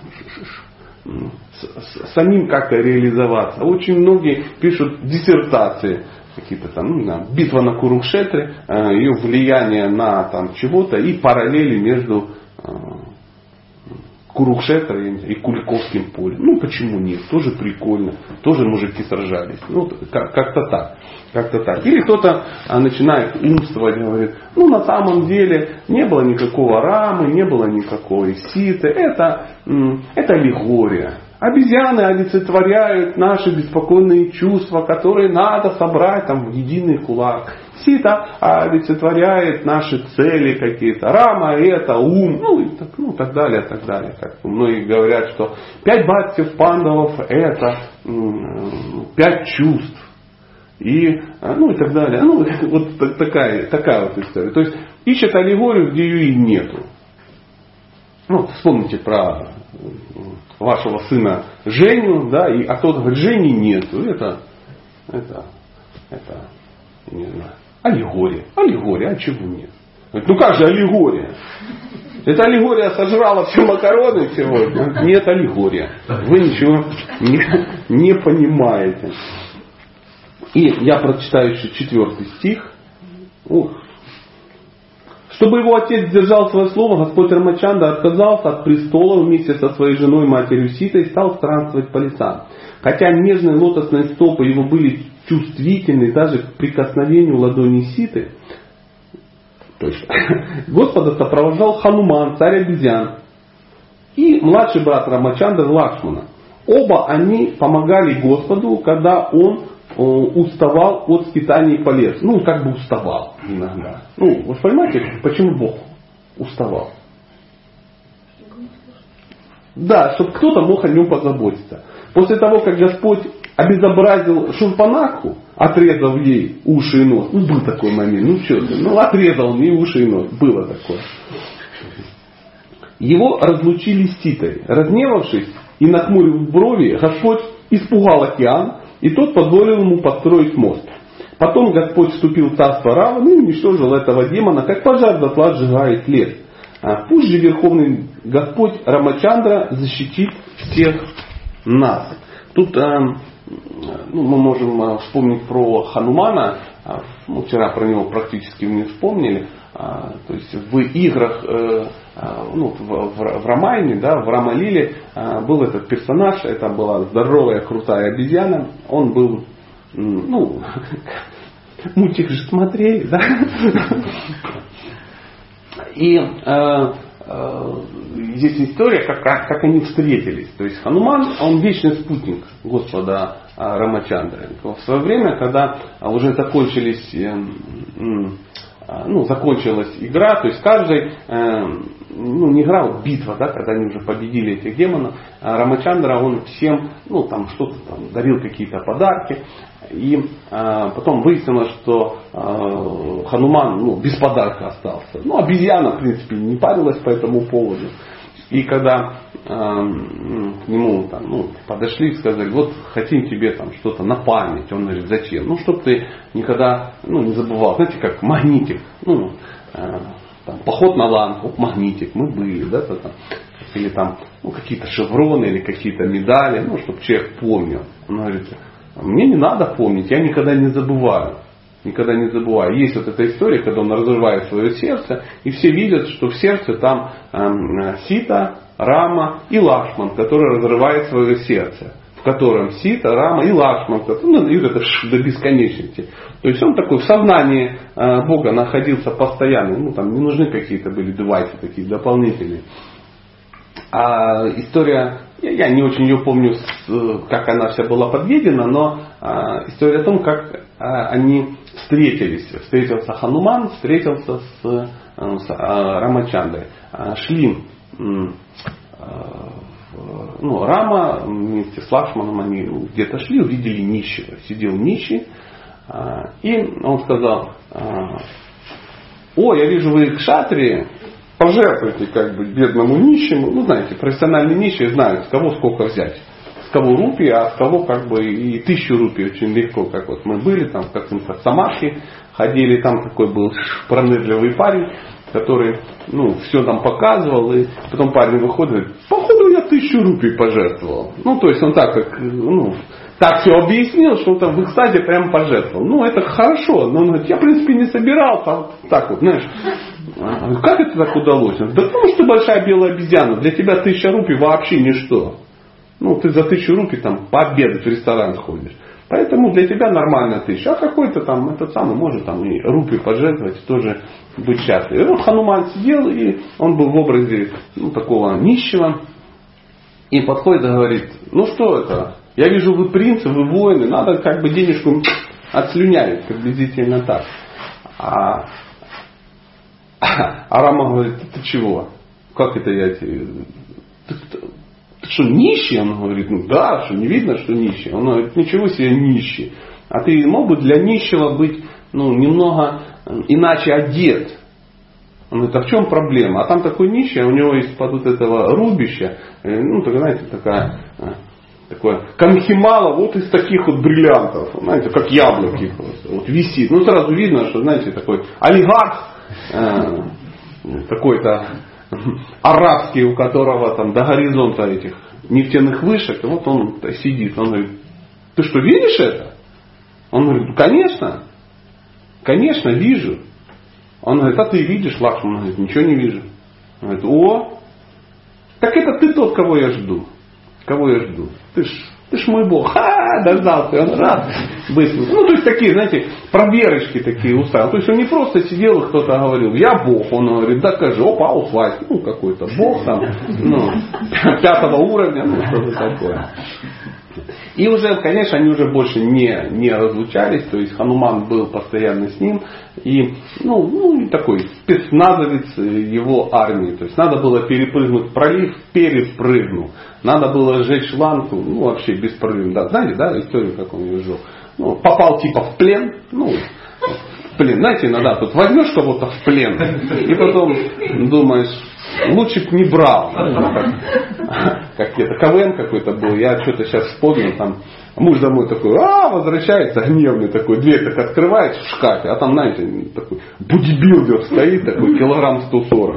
с, с, самим как-то реализоваться. Очень многие пишут диссертации. Какие-то там, ну, не знаю, битва на Курукшетре, ее влияние на там чего-то и параллели между Курукшетра и Куликовским полем. Ну почему нет? Тоже прикольно. Тоже мужики сражались. Ну как- как-то так. Как-то так. Или кто-то а, начинает умствовать, говорит, ну на самом деле не было никакого Рамы, не было никакой Ситы. Это, м, это аллегория. Обезьяны олицетворяют наши беспокойные чувства, которые надо собрать там, в единый кулак. Сита олицетворяет наши цели какие-то. Рама это ум, ну и так, ну, так далее, так далее. Как многие говорят, что пять бхактив пандавов это м, пять чувств. И, ну и так далее. Ну, вот такая, такая вот история. То есть ищет аллегорию, где ее и нету. Ну, вспомните про вашего сына Женю, да, и а тот говорит, Жени нету. Это, это, это, не знаю, аллегория. Аллегория, а чего нет? Говорит, ну как же аллегория? Эта аллегория сожрала все макароны сегодня. Нет, аллегория. Вы ничего не, не понимаете. И я прочитаю еще четвертый стих. Ух. Чтобы его отец держал свое слово, Господь Рамачандра отказался от престола вместе со своей женой, матерью Ситой, и стал странствовать по лесам. Хотя нежные лотосные стопы его были чувствительны даже к прикосновению ладони Ситы, то есть Господа сопровождал Хануман, царь обезьян, и младший брат Рамачандры Лакшмана. Оба они помогали Господу, когда он уставал от скитаний по лесу. Ну, как бы уставал иногда. Ну, вы понимаете, почему Бог уставал? Да, чтобы кто-то мог о нем позаботиться. После того, как Господь обезобразил Шурпанаху, отрезав ей уши и нос. Ну, был такой момент. Ну, что ты? Ну, отрезал ей уши и нос. Было такое. Его разлучили с Ситой. Разневавшись и нахмурив брови, Господь испугал океан, и тот позволил ему построить мост. Потом Господь вступил в царство Раваны и уничтожил этого демона, как пожар дотла сжигает лес. А пусть же Верховный Господь Рамачандра защитит всех нас. Тут э, ну, мы можем вспомнить про Ханумана. Ну, вчера про него практически не вспомнили. А, то есть в играх, э, ну, в, в, в Рамайне, да, в Рамалиле э, был этот персонаж, это была здоровая, крутая обезьяна. Он был, ну, мультик же смотрели, да? И э, э, здесь история, как, как они встретились. То есть Хануман, он вечный спутник Господа Рамачандры. В свое время, когда уже закончились ну, закончилась игра, то есть каждый, э, ну не игра, вот битва, да, когда они уже победили этих демонов, а Рамачандра, он всем, ну там что-то там дарил, какие-то подарки, и э, потом выяснилось, что э, Хануман, ну, без подарка остался. Ну, обезьяна, в принципе, не парилась по этому поводу. И когда э, к нему там, ну, подошли и сказали, вот хотим тебе там что-то на память. Он говорит, зачем? Ну, чтобы ты никогда, ну, не забывал. Знаете, как магнитик. Ну, э, там, поход на ланку, магнитик, мы были, да, то, там, или там ну, какие-то шевроны, или какие-то медали, ну, чтобы человек помнил. Он говорит, мне не надо помнить, я никогда не забываю. Никогда не забываю. Есть вот эта история, когда он разрывает свое сердце, и все видят, что в сердце там э, Сита, Рама и Лакшман, который разрывает свое сердце. В котором Сита, Рама и Лакшман, ну, и это до бесконечности. То есть он такой в сознании э, Бога находился постоянно. Ну, там не нужны какие-то были девайсы такие дополнительные. А история, я не очень ее помню, как она вся была подведена, но а, история о том, как а, они встретились. Встретился Хануман, встретился с, с а, Рамачандрой. А, шли, а, ну, Рама вместе с Лакшманом, они где-то шли, увидели нищего. Сидел нищий, а, и он сказал, а, о, я вижу, вы кшатрии, пожертвуйте как бы бедному нищему. Ну, знаете, профессиональные нищие знают, с кого сколько взять. С кого рупии, а с кого как бы и тысячу рупий очень легко. Как вот мы были там в каком-то Самахе, ходили, там такой был пронырливый парень, который, ну, все там показывал, и потом парень выходит и говорит, походу я тысячу рупий пожертвовал. Ну, то есть он так как, ну, так все объяснил, что он там в экстазе прям пожертвовал. Ну, это хорошо, но он говорит, я в принципе не собирался, так вот, знаешь. Как это так удалось? Да потому что ты большая белая обезьяна, для тебя тысяча рупий вообще ничто. Ну, ты за тысячу рупий там пообедать в ресторан ходишь. Поэтому для тебя нормально тысяча. А какой-то там, этот самый, может там и рупию пожертвовать, тоже быть счастлив. И вот Хануман сидел, и он был в образе ну, такого нищего. И подходит и говорит, ну что это? Я вижу, вы принцы, вы воины, надо как бы денежку отслюнявить, приблизительно так. А, а Рама говорит, ты, ты чего? Как это я тебе... Ты, ты, ты что, нищий? Он говорит, ну да, что не видно, что нищий. Он говорит, ничего себе нищий. А ты мог бы для нищего быть ну, немного иначе одет? Он говорит, а в чем проблема? А там такой нищий, у него из-под вот этого рубища, ну, так, знаете, такая... Такое конхимало вот из таких вот бриллиантов, знаете, как яблоки просто, вот висит. Ну сразу видно, что, знаете, такой олигарх, э, какой-то арабский, у которого там до горизонта этих нефтяных вышек, и вот он сидит. Он говорит, ты что, видишь это? Он говорит, ну конечно, конечно, вижу. Он говорит, а ты видишь, Лакшман? Он говорит, ничего не вижу. Он говорит, о, так это ты тот, кого я жду. Кого я жду? Ты ж, ты ж мой Бог. Ха, дождался, он рад. Быстро. Ну, то есть такие, знаете, проверочки такие устраивал. То есть он не просто сидел и кто-то говорил, я Бог. Он говорит, докажи. Опа, услась. Ну, какой-то Бог там, ну, пятого уровня, ну, что-то такое. И уже, конечно, они уже больше не, не разлучались, то есть Хануман был постоянно с ним, и, ну, ну, такой спецназовец его армии, то есть надо было перепрыгнуть пролив, перепрыгнул, надо было сжечь ланку, ну, вообще беспрерывно, да, знаете, да, историю, как он ее сжег, ну, попал типа в плен, ну, в плен, знаете, иногда тут возьмешь кого-то в плен, и потом думаешь, лучше бы не брал. Как, как где-то КВН какой-то был. Я что-то сейчас вспомнил. Там муж домой такой, а, возвращается гневный такой. Дверь так открывает в шкафе. А там, знаете, такой бодибилдер стоит такой, килограмм сто сорок.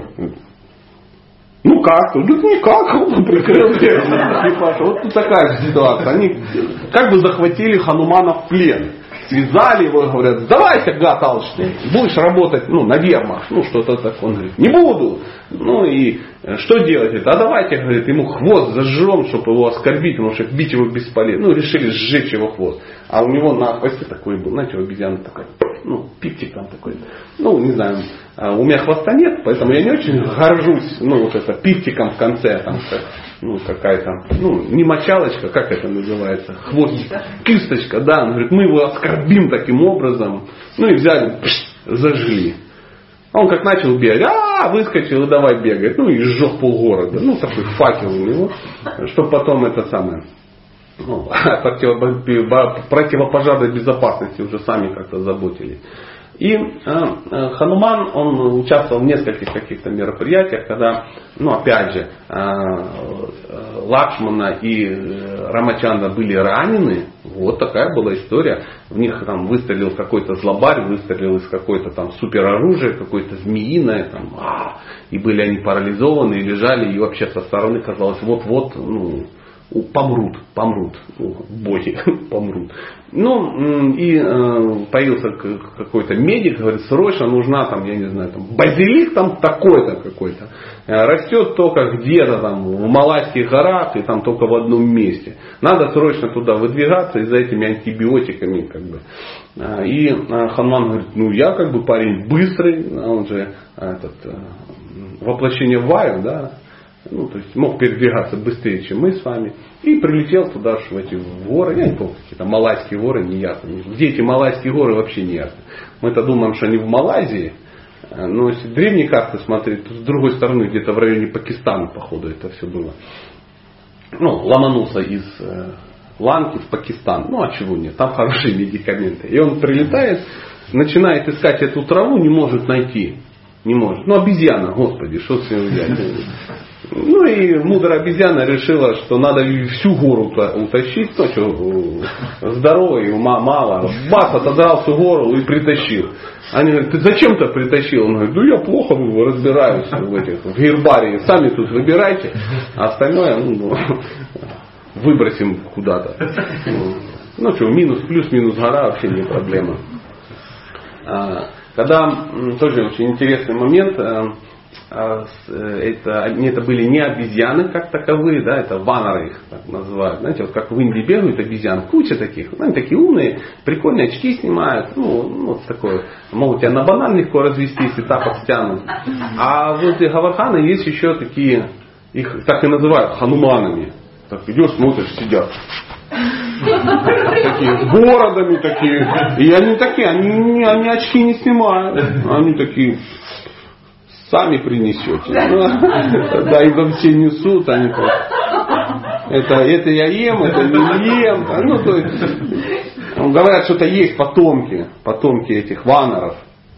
Ну как? Да никак. Он прикрыл дверь. Вот тут такая ситуация. Они как бы захватили Ханумана в плен. Связали его и говорят, сдавайся, гад алчный, будешь работать ну, на вермахт, ну что-то такое. Он говорит, не буду. Ну и что делать? А давайте, говорит, ему хвост зажжем, чтобы его оскорбить, потому что бить его бесполезно. Ну решили сжечь его хвост. А у него на хвосте такой был, знаете, у обезьяны такой, ну, пиктик там такой. Ну, не знаю, у меня хвоста нет, поэтому я не очень горжусь, ну, вот это пиктиком в конце, там, ну, какая-то, ну, не мочалочка, как это называется, хвост, кисточка, да, он говорит, мы его оскорбим таким образом, ну, и взяли, пш, зажгли. А он как начал бегать, а выскочил и давай бегать, ну, и сжег полгорода, ну, такой факел у него, чтобы потом это самое, ну, противопожарной безопасности уже сами как-то заботились. И э, Хануман, он участвовал в нескольких каких-то мероприятиях, когда, ну опять же, э, Лакшмана и Рамачандра были ранены. Вот такая была история. В них там выстрелил какой-то злобарь, выстрелил из какой-то там супероружия, какое-то змеиное, там, а, и были они парализованы, и лежали, и вообще со стороны казалось, вот-вот, ну, помрут, помрут, боги помрут. Ну, и э, появился какой-то медик, говорит, срочно нужна там, я не знаю, там, базилик там такой-то какой-то. Растет только где-то там в Малайских горах и там только в одном месте. Надо срочно туда выдвигаться и за этими антибиотиками как бы. И Хануман говорит, ну я как бы парень быстрый, он же этот, воплощение Ваю, да. Ну, то есть мог передвигаться быстрее, чем мы с вами. И прилетел туда, в эти горы. Я не помню, какие-то малайские горы, не ясно. Где эти малайские горы, вообще не ясно. Мы-то думаем, что они в Малайзии. Но если древние карты смотреть, то с другой стороны, где-то в районе Пакистана, походу, это все было. Ну, ломанулся из э, Ланки в Пакистан. Ну, а чего нет? Там хорошие медикаменты. И он прилетает, начинает искать эту траву, не может найти. Не может. Ну, обезьяна, господи, что с ним взять? Ну и мудрая обезьяна решила, что надо всю гору утащить. Ну что, здоровый, ума мало. Бац, отодрал всю гору и притащил. Они говорят, ты зачем-то притащил? Он говорит, ну я плохо разбираюсь в этих, в гербарии. Сами тут выбирайте. А остальное ну, выбросим куда-то. Ну что, минус, плюс, минус гора вообще не проблема. когда тоже очень интересный момент, это, они это были не обезьяны как таковые, да, это ванары их так называют. Знаете, вот как в Индии бегают обезьян, куча таких, они такие умные, прикольные, очки снимают, ну, вот такое, могут тебя на банан легко развести, если тапок стянут. А возле Гавардхана есть еще такие, их так и называют хануманами. Так идешь, смотришь, сидят. Такие, с бородами такие. И они такие, они, они очки не снимают. Они такие, сами принесете. Да, и вам все несут, они так. Это, это я ем, это не ем. Ну, то есть, говорят, что-то есть потомки, потомки этих ванаров.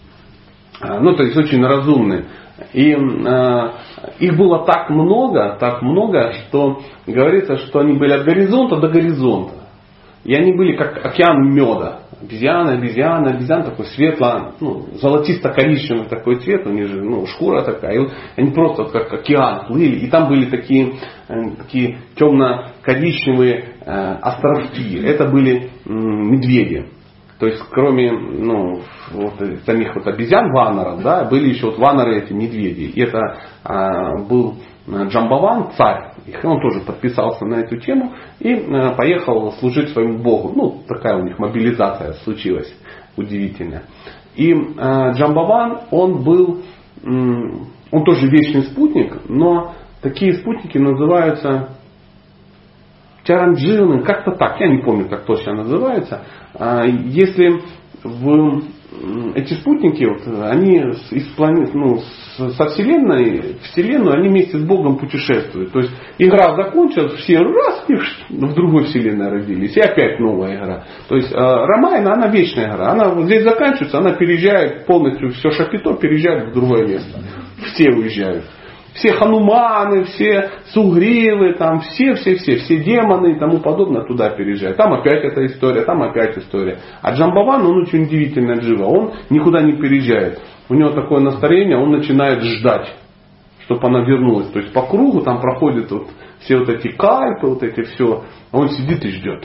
Ну, то есть очень разумные. И э, их было так много, так много, что говорится, что они были от горизонта до горизонта. И они были как океан меда. Обезьяна, обезьяна, обезьяна такой светло, ну, золотисто-коричневый такой цвет, у них же ну, шкура такая. И вот они просто вот как океан плыли. И там были такие, э, такие темно-коричневые э, островки. Это были э, медведи. То есть, кроме ну, вот, самих вот обезьян ванаров, да, были еще вот ванары эти медведи. И это а, был Джамбаван, царь. И он тоже подписался на эту тему и а, поехал служить своему богу. Ну, такая у них мобилизация случилась удивительная. И а, Джамбаван, он был, он тоже вечный спутник, но такие спутники называются Чарандживаны, как-то так, я не помню, как точно называется. Если в эти спутники, вот, они из планет, ну, со Вселенной, Вселенную, они вместе с Богом путешествуют. То есть игра закончилась, все раз и в другой Вселенной родились, и опять новая игра. То есть Рамайна, она вечная игра. Она вот здесь заканчивается, она переезжает полностью, все Шапито переезжает в другое место. Все уезжают. Все хануманы, все сугривы, там все, все, все, все демоны и тому подобное туда переезжают. Там опять эта история, там опять история. А Джамбаван, он очень удивительный джива. Он никуда не переезжает. У него такое настроение, он начинает ждать, чтобы она вернулась. То есть по кругу там проходят вот все вот эти кальпы, вот эти все. Он сидит и ждет.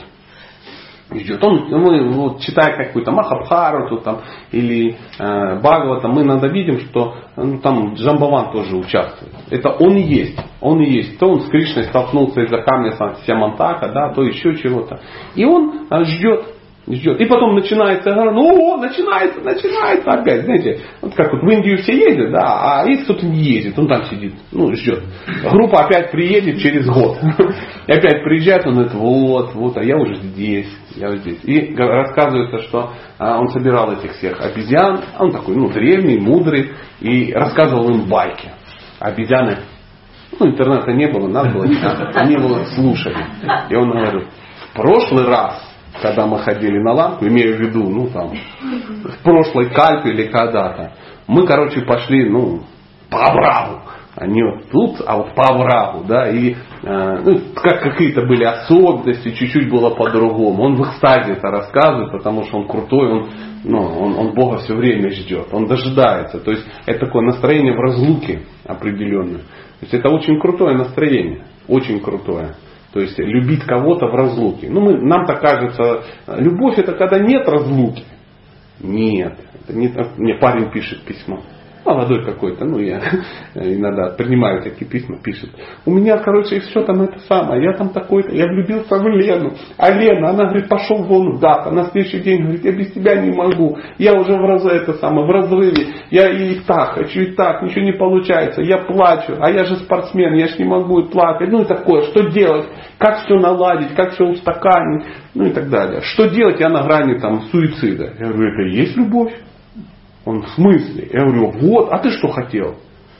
Ждет. Он, мы вот, читая какую-то Махабхарату там, или э, Бхагавата, мы иногда видим, что ну, там Джамбаван тоже участвует. Это он и есть. Он и есть. То он с Кришной столкнулся из-за камня Сямантака, да, то еще чего-то. И он э, ждет. Ждет. И потом начинается, ну, начинается, начинается опять. Знаете, вот как вот в Индию все ездят, да, а есть кто-то не ездит, он там сидит, ну, ждет. Группа опять приедет через год. И опять приезжает, он говорит, вот, вот, а я уже здесь, я вот здесь. И рассказывается, что а, он собирал этих всех обезьян, он такой, ну, древний, мудрый, и рассказывал им байки. Обезьяны, ну, интернета не было, надо было читать, они его слушали. И он говорит, в прошлый раз, когда мы ходили на ланку, имею в виду, ну там, в прошлой кальпе или когда-то, мы, короче, пошли, ну, по оврагу. Они вот тут, а вот по оврагу, да, и э, ну, как какие-то были особенности, чуть-чуть было по-другому. Он в экстазе это рассказывает, потому что он крутой, он, ну, он, он Бога все время ждет, он дожидается. То есть это такое настроение в разлуке определенное. То есть это очень крутое настроение, очень крутое. То есть любить кого-то в разлуке. Ну, мы, нам-то кажется, любовь это когда нет разлуки. Нет. Это не, мне парень пишет письмо. Молодой какой-то, ну я иногда принимаю такие письма, пишет. У меня, короче, все там это самое, я там такой-то, я влюбился в Лену. А Лена, она говорит, пошел вон, да, а на следующий день говорит, я без тебя не могу. Я уже в, раз, это самое, в разрыве, я и так хочу, и так, ничего не получается, я плачу, а я же спортсмен, я ж не могу и плакать. Ну и такое, что делать, как все наладить, как все устаканить, ну и так далее. Что делать, я на грани там суицида. Я говорю, это и есть любовь? Он, в смысле? Я говорю, вот, а ты что хотел?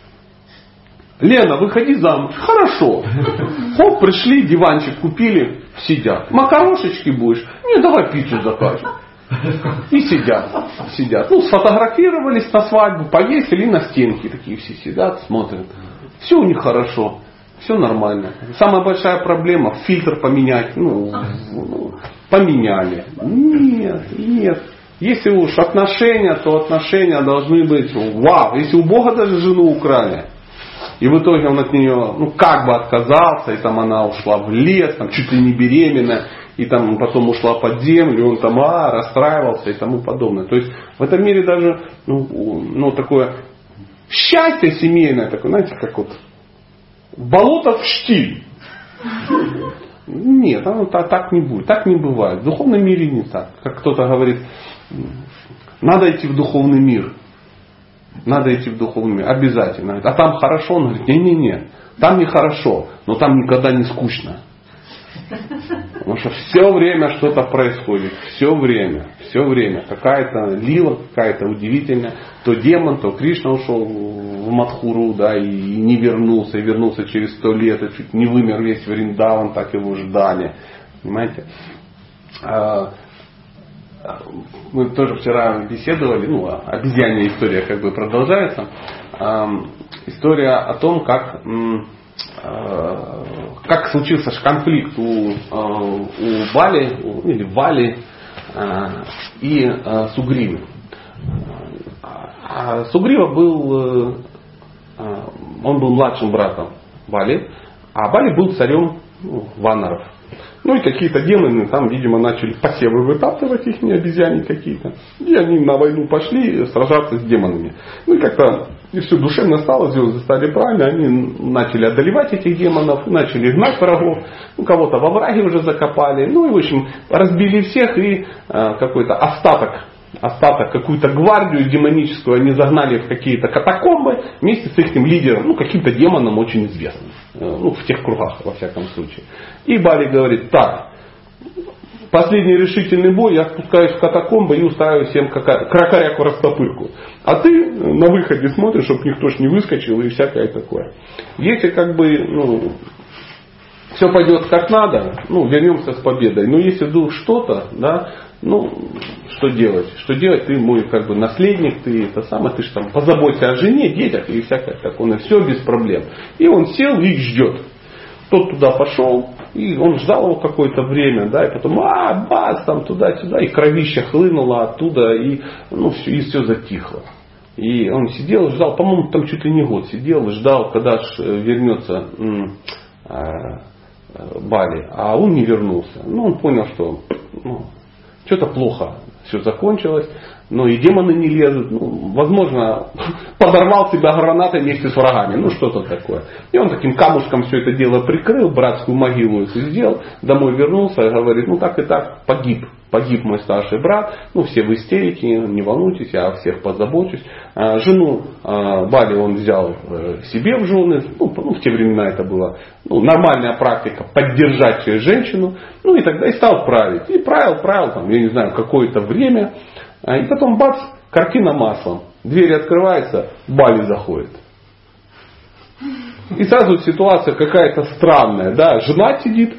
Лена, выходи замуж. Хорошо. Хоп, пришли, диванчик купили, сидят. Макарошечки будешь? Не, давай пиццу закажем. И сидят, сидят. Ну, сфотографировались на свадьбу, повесили на стенки. Такие все сидят, смотрят. Все у них хорошо. Все нормально. Самая большая проблема фильтр поменять. Ну, ну поменяли. Нет, нет. Если уж отношения, то отношения должны быть вау. Если у Бога даже жену украли, и в итоге он от нее ну как бы отказался, и там она ушла в лес, там чуть ли не беременная, и там потом ушла под землю, он там а, расстраивался и тому подобное. То есть в этом мире даже ну, ну, такое счастье семейное, такое, знаете, как вот болото в штиль. Нет, оно так не будет, так не бывает. В духовном мире не так. Как кто-то говорит, надо идти в духовный мир. Надо идти в духовный мир, обязательно. А там хорошо? Он говорит, не-не-не, там не хорошо, но там никогда не скучно. Потому что все время что-то происходит. Все время. Все время. Какая-то лила, какая-то удивительная. То демон, то Кришна ушел в Мадхуру, да, и не вернулся. И вернулся через сто лет. И чуть не вымер весь Вриндаван, так его ждали. Понимаете? Мы тоже вчера беседовали, ну, обезьянья история как бы продолжается. История о том, как как случился конфликт у, у Бали, у, или Вали и Сугривы. Сугрива был, он был младшим братом Бали, а Бали был царем ну, ваннаров. Ну и какие-то демоны там, видимо, начали посевы вытаптывать, их обезьяне какие-то. И они на войну пошли сражаться с демонами. Ну и как-то и все душевно стало, звезды стали правильно, они начали одолевать этих демонов, начали гнать врагов, ну, кого-то во враге уже закопали, ну и в общем разбили всех и э, какой-то остаток, остаток, какую-то гвардию демоническую они загнали в какие-то катакомбы вместе с их лидером, ну каким-то демоном очень известным, э, ну в тех кругах во всяком случае. И Бали говорит, так, последний решительный бой, я спускаюсь в катакомбы и устраиваю всем кракоряку растопырку. А ты на выходе смотришь, чтобы никто ж не выскочил и всякое такое. Если как бы ну, все пойдет как надо, ну, вернемся с победой. Но если вдруг что-то, да, ну, что делать? Что делать? Ты мой как бы наследник, ты это самое, ты же там позаботься о жене, детях и всякое такое. Все без проблем. И он сел и ждет. Тот туда пошел, и он ждал его какое-то время, да, и потом, а, бац, там туда-сюда, и кровища хлынула оттуда, и, ну, все, и все затихло. И он сидел, ждал, по-моему, там чуть ли не год сидел, ждал, когда ж вернется м, а, Бали, а он не вернулся. Ну, он понял, что ну, что-то плохо все закончилось. Но и демоны не лезут. Ну, возможно, подорвал себя гранатой вместе с врагами. Ну, что-то такое. И он таким камушком все это дело прикрыл, братскую могилу эту сделал, домой вернулся и говорит, ну так и так, погиб. Погиб мой старший брат. Ну, все в истерике, не волнуйтесь, я о всех позабочусь. Жену Бали он взял себе в жены. Ну, в те времена это была ну, нормальная практика поддержать женщину. Ну, и тогда и стал править. И правил, правил, там, я не знаю, какое-то время. И потом бац, картина маслом. Дверь открывается, Бали заходит. И сразу ситуация какая-то странная. Да? Жена сидит.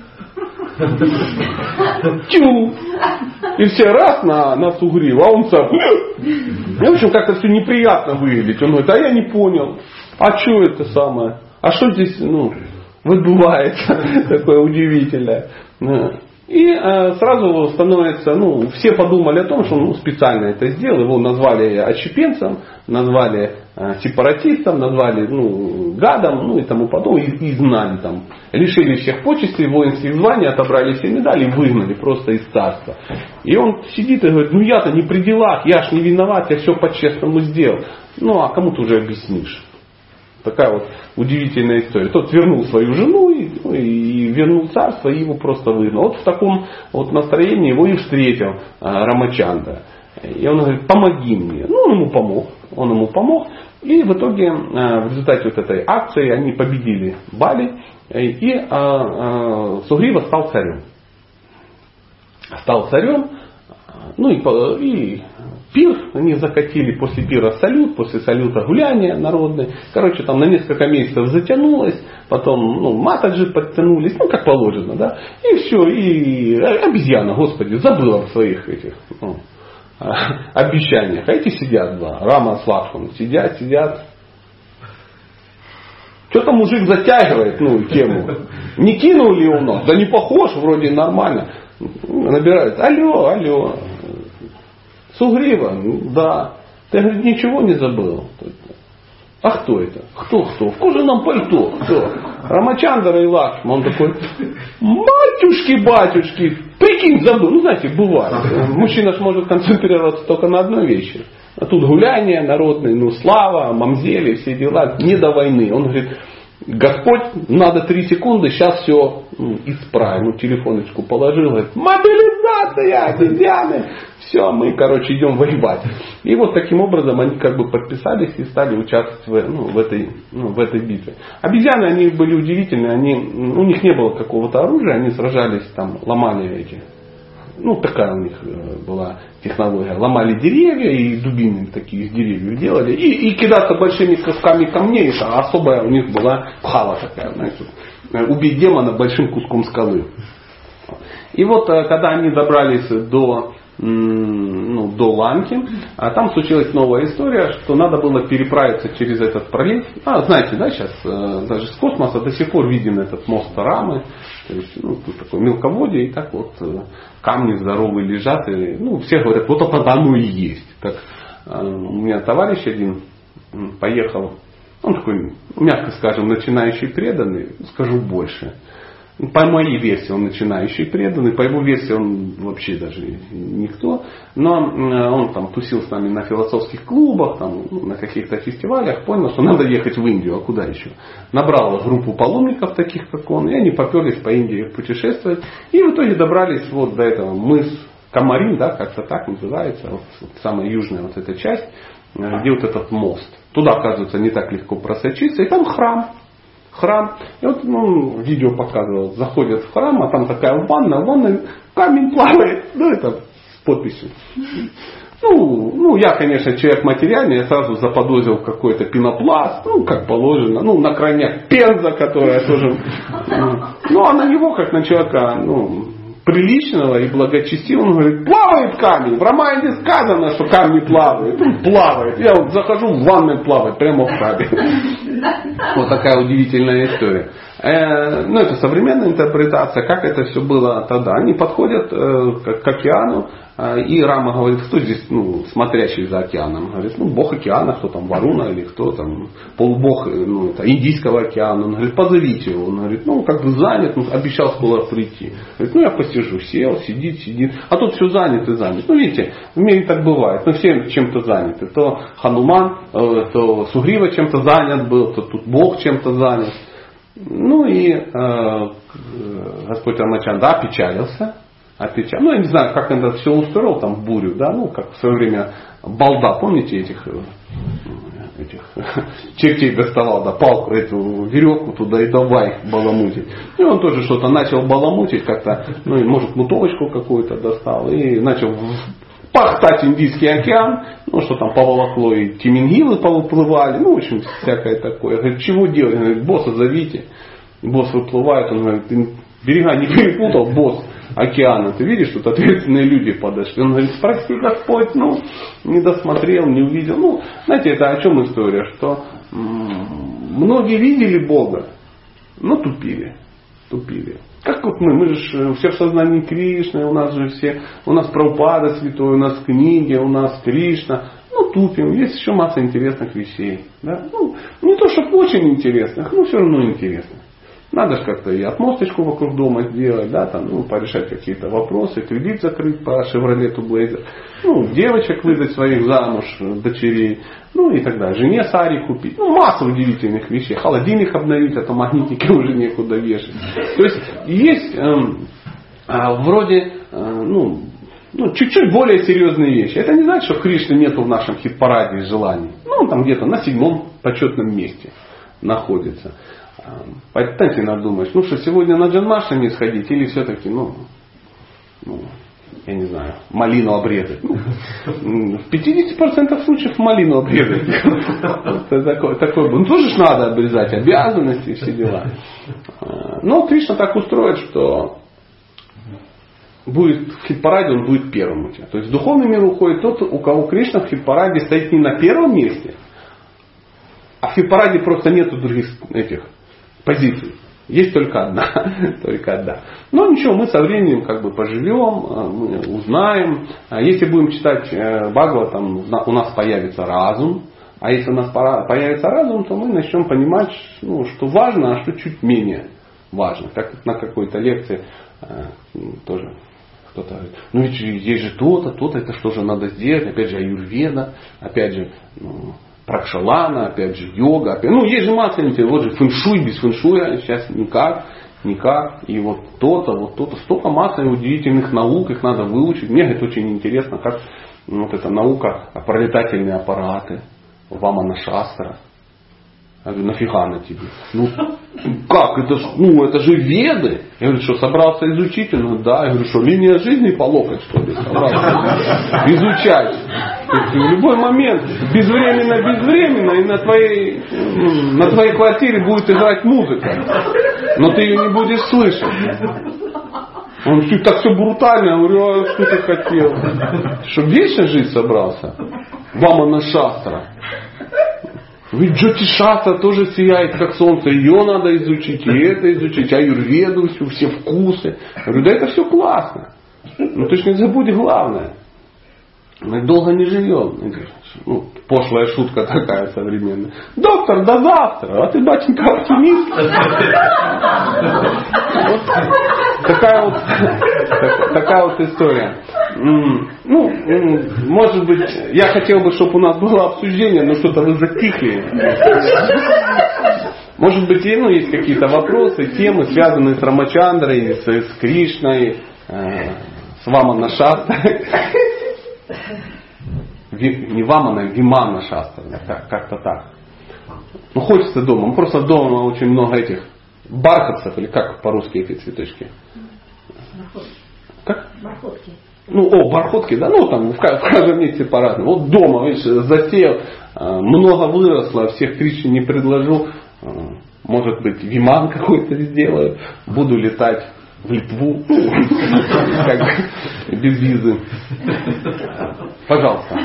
Тю. И все раз на, на Сугриву, а он сам. И, в общем, как-то все неприятно выглядит. Он говорит, а я не понял. А что это самое? А что здесь ну, выдувается такое удивительное? И э, сразу становится, ну, все подумали о том, что он ну, специально это сделал, его назвали отщепенцем, назвали э, сепаратистом, назвали ну, гадом, ну и тому подобное, и изгнали там, лишили всех почестей, воинских званий, отобрали все медали и выгнали просто из царства. И он сидит и говорит, ну я-то не при делах, я ж не виноват, я все по-честному сделал. Ну а кому ты уже объяснишь? Такая вот удивительная история. Тот вернул свою жену и, ну, и вернул царство, и его просто выгнал. Вот в таком вот настроении его и встретил а, Рамачандра. И он говорит, помоги мне. Ну, он ему помог. Он ему помог. И в итоге а, в результате вот этой акции они победили Бали. И а, а, Сугрива стал царем. Стал царем. Ну и, и пир они закатили, после пира салют, после салюта гуляние народное. Короче, там на несколько месяцев затянулось, потом ну, матаджи подтянулись, ну как положено, да. И все, и обезьяна, господи, забыла в своих этих ну, обещаниях. А эти сидят два, Рама с Лакшманом, сидят, сидят. Что-то мужик затягивает, ну, тему. Не кинул ли у нас? Да не похож, вроде нормально. Набирают, алло, алло. Сугрива, да. Ты, говорит, ничего не забыл. А кто это? Кто-кто? В кожаном пальто. Кто? Рамачандра и Лакшман. Он такой, батюшки-батюшки, прикинь, забыл. Ну, знаете, бывает. Мужчина же может концентрироваться только на одной вещи. А тут гуляния народные, ну, слава, мамзели, все дела. Не до войны. Он говорит, Господь, надо три секунды, сейчас все ну, исправим. Ну, телефоночку положил, говорит, мобилизация, обезьяны. Все, мы, короче, идем воевать. И вот таким образом они как бы подписались и стали участвовать ну, в, этой, ну, в этой битве. Обезьяны, они были удивительные, они, у них не было какого-то оружия, они сражались, там, ломали эти, ну, такая у них была технология, ломали деревья и дубины такие из деревьев делали. И, и кидаться большими кусками камней, это особая у них была пхала такая, знаете, убить демона большим куском скалы. И вот, когда они добрались до ну, до Ланки, а там случилась новая история, что надо было переправиться через этот пролив. А, знаете, да, сейчас даже с космоса до сих пор виден этот мост Рамы. То есть, ну, тут такое мелководье, и так вот камни здоровые лежат. И, ну, все говорят, вот это оно и есть. Как, у меня товарищ один поехал, он такой, мягко скажем, начинающий преданный, скажу больше. По моей версии он начинающий преданный, по его версии он вообще даже никто. Но он там тусил с нами на философских клубах, там, на каких-то фестивалях, понял, что надо ехать в Индию, а куда еще? Набрал группу паломников таких, как он, и они поперлись по Индии путешествовать. И в итоге добрались вот до этого мыс Камарин, да, как-то так называется, вот, вот самая южная вот эта часть, где вот этот мост. Туда, оказывается, не так легко просочиться, и там храм. Храм. И вот ну, видео показывал, заходят в храм, а там такая ванна, ванна, камень плавает. Ну, это с подписью. Ну, ну, я, конечно, человек материальный, я сразу заподозрил какой-то пенопласт, ну, как положено, ну, на крайняк пенза, которая тоже... Ну, а на него, как на человека, ну, приличного и благочестивого, он говорит, плавает камень. В Рамайне сказано, что камни плавают. Он плавает. Я вот захожу в ванну плавать, прямо в храме. Вот такая удивительная история. Э, ну, это современная интерпретация. Как это все было тогда? Они подходят э, к, к океану, э, и Рама говорит, кто здесь ну, смотрящий за океаном? Говорит, ну, бог океана, кто там, Варуна или кто там, полубог ну, это, Индийского океана. Он говорит, позовите его. Он говорит, ну, как бы занят, ну, обещал скоро прийти. Говорит, ну, я посижу. Сел, сидит, сидит. А тут все занят и занят. Ну, видите, в мире так бывает. Ну, все чем-то заняты. То Хануман, э, то Сугрива чем-то занят был, то тут Бог чем-то занят. Ну и э, Господь Рамачандра опечалился. Опечал... Ну, я не знаю, как он это все устроил там в бурю, да, ну, как в свое время Балда, помните этих, этих чертей доставал, да, палку, эту веревку туда и давай баламутить. И он тоже что-то начал баламутить как-то, ну, может, мутовочку какую-то достал и начал пахтать Индийский океан, ну, что там поволокло и тимингилы повыплывали, ну, в общем, всякое такое. Говорит, чего делать? Он говорит, босса зовите. Босс выплывает, он говорит, ты берега не перепутал, босс океана, ты видишь, тут ответственные люди подошли. Он говорит, прости, Господь, ну, не досмотрел, не увидел. Ну, знаете, это о чем история, что м- многие видели Бога, но тупили, тупили. Как вот мы, мы же все в сознании Кришны, у нас же все, у нас Прабхупада святой, у нас книги, у нас Кришна. Ну, тупим, есть еще масса интересных вещей. Да? Ну, не то, чтобы очень интересных, но все равно интересных. Надо же как-то и отмосточку вокруг дома сделать, да, там, ну, порешать какие-то вопросы, кредит закрыть по Шевролету Блейзер, ну, девочек выдать своих замуж, дочерей, ну и так далее. Жене сари купить. Ну, масса удивительных вещей. Холодильник обновить, а то магнитики уже некуда вешать. То есть, есть эм, э, вроде, э, ну, ну, чуть-чуть более серьезные вещи. Это не значит, что Кришны нету в нашем хит-параде желаний. Ну, он там где-то на седьмом почетном месте находится. Знаете, надо думать, ну что, сегодня на Джанмаштами сходить или все-таки, ну, ну, я не знаю, малину обрезать. Ну, в пятьдесят процентов случаев малину обрезать. Такое, такое, ну тоже ж надо обрезать, обязанности и все дела. Но Кришна так устроит, что будет в хит-параде, он будет первым у тебя. То есть в духовный мир уходит тот, у кого Кришна в хит-параде стоит не на первом месте, а в хит-параде просто нету других этих позиций. Есть только одна. только одна. Но ничего, мы со временем как бы поживем, мы узнаем. Если будем читать Бхагаватам, у нас появится разум. А если у нас появится разум, то мы начнем понимать, ну, что важно, а что чуть менее важно. Как на какой-то лекции э, тоже кто-то говорит, ну ведь есть же то-то, то-то, это что же надо сделать, опять же аюрведа, опять же ну, пракшалана, опять же йога, опять, ну есть же масса, вот же фэншуй, без фэншуя сейчас никак, никак, и вот то-то, вот то-то, столько массы удивительных наук, их надо выучить. Мне это очень интересно, как вот эта наука, пролетательные аппараты, Вамана Шастра. Я говорю, нафига она тебе? Ну, как? Это, ну, это же веды. Я говорю, что собрался изучить? Ну, да. Я говорю, что линия жизни по локоть, что ли? Собрался изучать. В любой момент, безвременно, безвременно, и на твоей, на твоей квартире будет играть музыка. Но ты ее не будешь слышать. Он говорит, так все брутально. Я говорю, а что ты хотел? Что, вечно жить собрался? Вамана Шастра. Ведь Джоти Шастра тоже сияет, как солнце. Ее надо изучить, и это изучить. Аюрведу, всю, все вкусы. Я говорю, да это все классно. Но ты ж не забудь главное. Мы долго не живем. Ну, пошлая шутка такая современная. Доктор, до завтра. А ты, батенька, оптимист. Вот такая вот, такая вот история. Ну, может быть, я хотел бы, чтобы у нас было обсуждение, но что-то вы затихли. Может быть, ну, есть какие-то вопросы, темы, связанные с Рамачандрой, с, с Кришной, э, с Вамана Шастрой. Не Вамана, а Вимана Шастрой. Как, как-то так. Ну, хочется дома. Просто дома очень много этих бархатцев, или как по-русски эти цветочки? Бархотки. Как? Бархотки. Ну, о, бархотки, да, ну там в каждом месте по-разному. Вот дома, видишь, засел, много выросло, всех Кришне не предложу. Может быть, виман какой-то сделаю. Буду летать в Литву. Ну, как бы, без визы. Пожалуйста.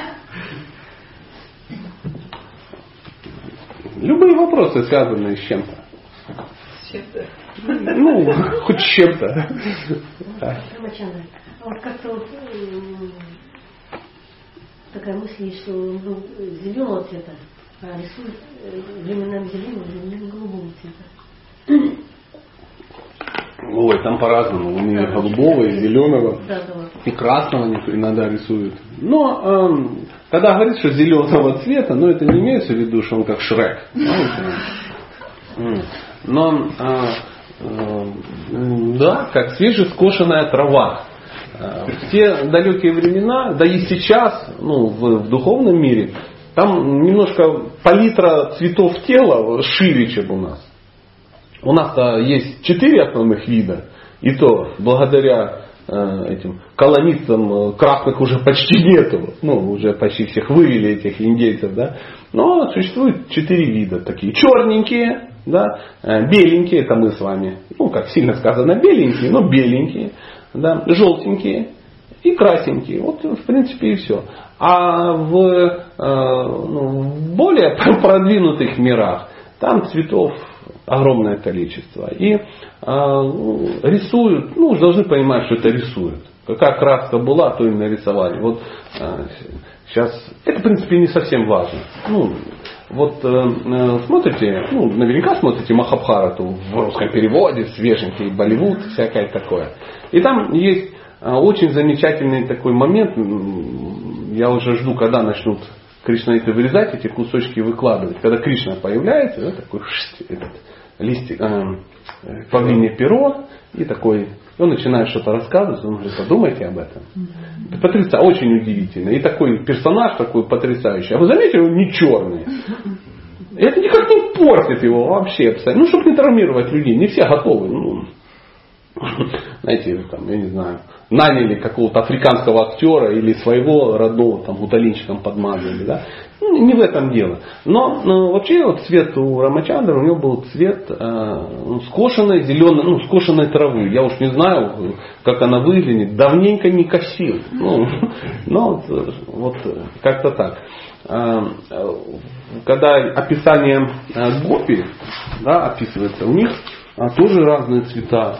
Любые вопросы, связанные с чем-то. С чем-то. Ну, хоть с чем-то. Рамачандра, а вот как-то вот такая мысль есть, что он был зеленого цвета, а рисует временами зеленого, временами голубого цвета. Ой, там по-разному. У меня да, голубого и зеленого, да, да. И красного иногда рисуют. Но э, когда говорит, что зеленого цвета, ну это не имеется в виду, что он как Шрек. Но э, э, да, как свежескошенная трава. В те далекие времена, да и сейчас, ну, в, в духовном мире, там немножко палитра цветов тела шире, чем у нас. У нас-то есть четыре основных вида, и то благодаря э, этим колонистам красных уже почти нету. Ну, уже почти всех вывели, этих индейцев, да. Но существует четыре вида такие. Черненькие, да, беленькие, это мы с вами, ну, как сильно сказано, беленькие, но беленькие, да, желтенькие и красненькие. Вот, в принципе, и все. А в, э, ну, в более продвинутых мирах там цветов огромное количество. И э, рисуют, ну, должны понимать, что это рисуют. Какая краска была, то и нарисовали. Вот э, сейчас, это, в принципе, не совсем важно. Ну, вот э, смотрите, ну, наверняка смотрите Махабхарату в русском переводе, свеженький Болливуд, всякое такое. И там есть э, очень замечательный такой момент. Я уже жду, когда начнут кришнаиты вырезать эти кусочки, выкладывать. Когда Кришна появляется, да, такой этот, листик, э, павлинье перо, и такой, он начинает что-то рассказывать, он говорит, подумайте об этом. Mm-hmm. Это потрясающе, очень удивительно. И такой персонаж такой потрясающий. А вы заметили, он не черный. И это никак не портит его вообще. Ну, чтобы не травмировать людей. Не все готовы. Ну, знаете, там, я не знаю, наняли какого-то африканского актера или своего родного там гуталинчиком подмазали, да. Ну, не в этом дело. Но, но вообще вот цвет у Рамачандры, у него был цвет э, скошенной зеленой, ну, скошенной травы. Я уж не знаю, как она выглядит. Давненько не косил. Ну, но вот, вот как-то так. Э, когда описание э, гопи, да, описывается, у них э, тоже разные цвета.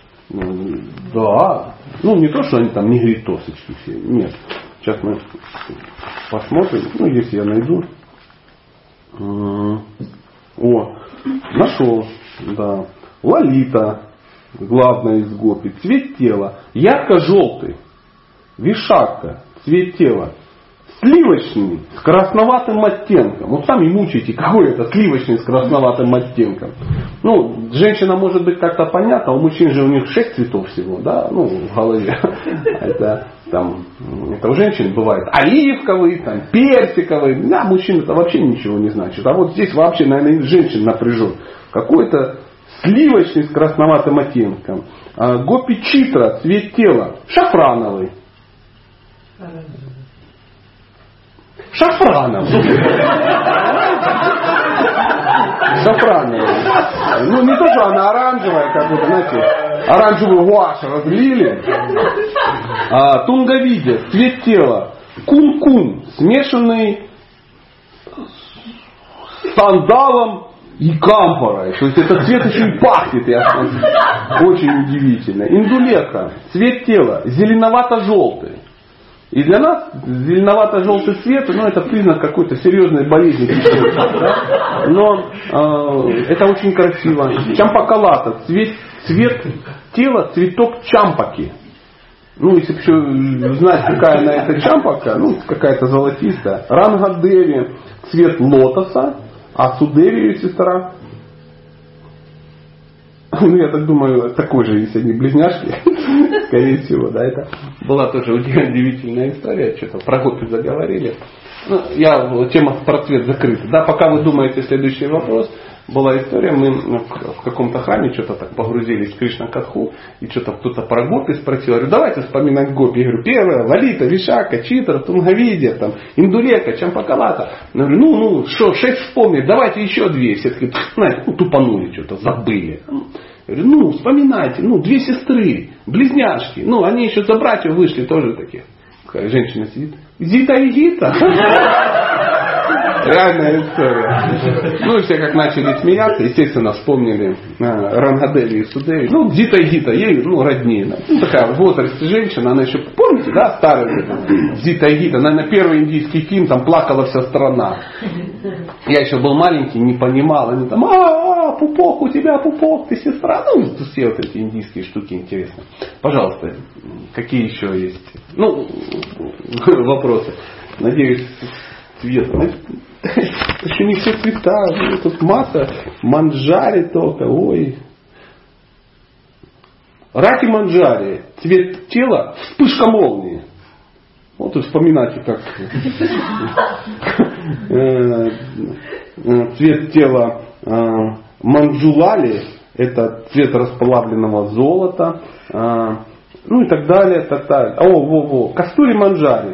Да. Ну, не то, что они там негритосочки все. Нет. Сейчас мы посмотрим. Ну, если я найду. О, нашел, да. Лолита, главная из гопи. Цвет тела ярко-желтый. Вишакка, цвет тела сливочный с красноватым оттенком. Вот сами мучаете, какой это сливочный с красноватым оттенком. Ну, женщина может быть как-то понятна, у мужчин же у них шесть цветов всего, да, ну, в голове. Это там, это у женщин бывает оливковый, там, персиковый. Для мужчин это вообще ничего не значит. А вот здесь вообще, наверное, женщин напряжен. Какой-то сливочный с красноватым оттенком. Гопи читра, цвет тела, шафрановый. Шафрановый. Шафрановый. Ну не то, что она оранжевая, как будто, знаете, оранжевую гуашь разлили. А, тунговидя, цвет тела, кун-кун, смешанный с сандалом и камфорой. То есть этот цвет еще и пахнет. Я скажу. Очень удивительно. Индулека, цвет тела, зеленовато-желтый. И для нас зеленовато-желтый цвет, ну, это признак какой-то серьезной болезни. Да? Но э, это очень красиво. Чампакалата, цвет, цвет тела, цветок чампаки. Ну, если бы еще знать, какая она эта чампака, ну, какая-то золотистая. Рангадеви, цвет лотоса, а Судеви, ее сестра, ну, я так думаю, такой же, если они близняшки, скорее всего, да, это была тоже удивительная история, что-то про гопи заговорили. Ну, я, тема про цвет закрыта. Да, пока вы думаете следующий вопрос, была история, мы в каком-то храме что-то так погрузились в Кришна-катху, и что-то кто-то про гопи спросил. Я говорю, давайте вспоминать гопи. Я говорю, первая, Лолита, Вишака, Читра, Тунгавидия, там, Индулека, Чампакалата. Я говорю, ну, ну, что, шесть вспомнить, давайте еще две. Все таки, знаете, ну, тупанули что-то, забыли. Я говорю, ну, вспоминайте, ну, две сестры, близняшки, ну, они еще за братьев вышли, тоже такие. Какая женщина сидит, Зита и Гита. Реальная история. Ну и все как начали смеяться, естественно, вспомнили Рангадеви и Судеви. Ну, Зита и Гита, ей, ну, роднее. Ну, такая в возрасте женщина, она еще, помните, да, старая Зита и Гита, наверное, первый индийский фильм, там плакала вся страна. Я еще был маленький, не понимал. Они там, а, пупок, у тебя пупок, ты сестра. Ну, все вот эти индийские штуки интересные. Пожалуйста, какие еще есть? Ну, вопросы. Надеюсь, цвет. Еще не все цвета. Тут масса манджари только. Ой. Раки манджари. Цвет тела, вспышка молнии. Вот и вспоминайте, как цвет тела манджулали, это цвет расплавленного золота, ну и так далее, так далее. О, во, во, кастури манджари,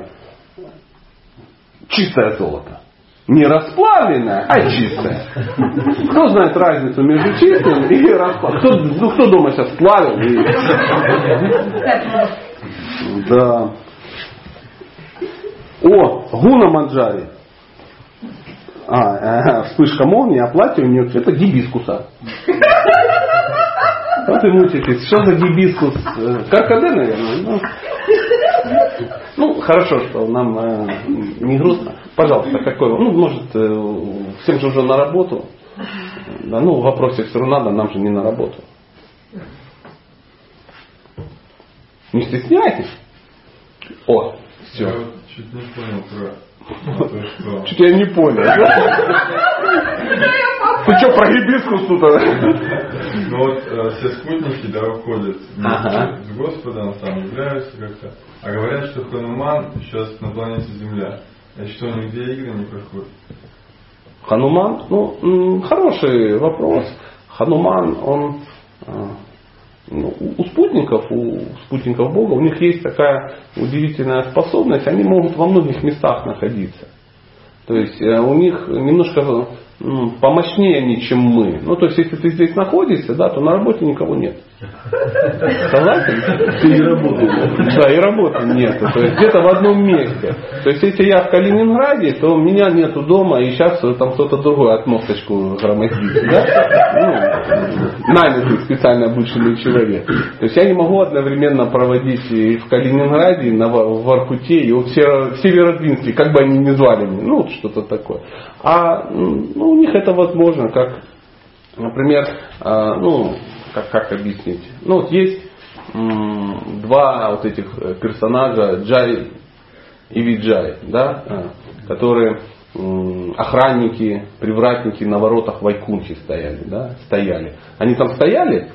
чистое золото. Не расплавленное, а чистое. Кто знает разницу между чистым и расплавленным? Кто, ну, кто дома сейчас плавил? И... Да. О, гуна манджари. А, а, вспышка молнии, а платье у нее цвета гибискуса. Вот и мучаетесь. Что за гибискус? Каркаде, наверное. Ну, ну хорошо, что нам э, не грустно. Пожалуйста, какой? Ну, может, э, всем же уже на работу. Да, ну, вопросик все равно надо, нам же не на работу. Не стесняйтесь. О, все. Я вот чуть не понял про то, что... Чуть я не понял. Ты что, про гибискус тут? Ну вот э, все спутники, да, уходят ага. с Господом, сам являются как-то. А говорят, что Хануман сейчас на планете Земля. А что, нигде игры не проходят? Хануман? Ну, м- хороший вопрос. Хануман, он... Э, ну, у спутников, у спутников Бога, у них есть такая удивительная способность, они могут во многих местах находиться. То есть у них немножко ну, помощнее они, чем мы. Ну, то есть, если ты здесь находишься, да, то на работе никого нет. Согласен? Ты и работаешь. Да, и работы нет. То есть, где-то в одном месте. То есть, если я в Калининграде, то меня нету дома, и сейчас там кто-то другой отмосточку громоздит. Да? Ну, нанятый специально обученный человек. То есть, я не могу одновременно проводить и в Калининграде, и на, в Воркуте, и вот в Северодвинске, как бы они ни звали меня. Ну, вот что-то такое. А ну, у них это возможно, как, например, ну, как, как объяснить? Ну, вот есть м, два вот этих персонажа, Джай и Виджай, да, которые м, охранники, привратники на воротах Вайкунхи стояли, да, стояли. Они там стояли?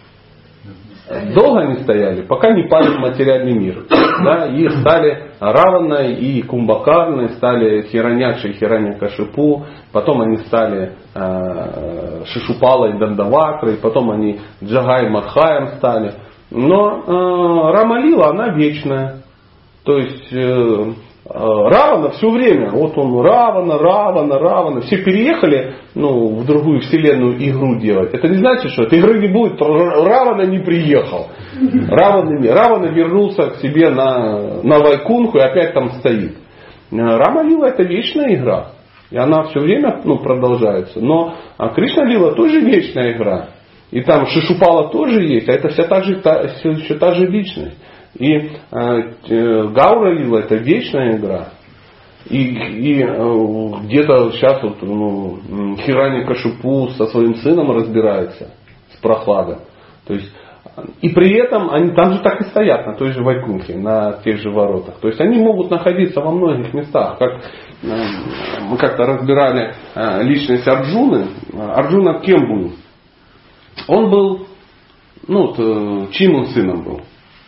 Долго они стояли, пока не пали в материальный мир. Да, и стали Раваной и Кумбакарной, стали Хираньякшей и Хираньякашипу, потом они стали э, Шишупалой и Дандавакрой, потом они Джагай Мадхаем стали. Но э, Рамалила, она вечная. То есть э, Равана все время, вот он Равана, Равана, Равана, все переехали ну, в другую вселенную игру делать. Это не значит, что этой игры не будет, Равана не приехал. Равана, не. Равана вернулся к себе на, на Вайкунху и опять там стоит. Рамалила это вечная игра. И она все время ну, продолжается. Но а Кришна Лила тоже вечная игра. И там Шишупала тоже есть, а это вся та же, та, все еще та же личность. И э, Гаура Лила это вечная игра. И, и э, где-то сейчас вот, ну, Хираньякашипу со своим сыном разбирается с Прохладом. То есть, и при этом они там же так и стоят, на той же Вайкунхе, на тех же воротах. То есть они могут находиться во многих местах. Как, э, мы как-то разбирали э, личность Арджуны. Арджуна кем был? Он был, ну, вот, э, чьим он сыном был?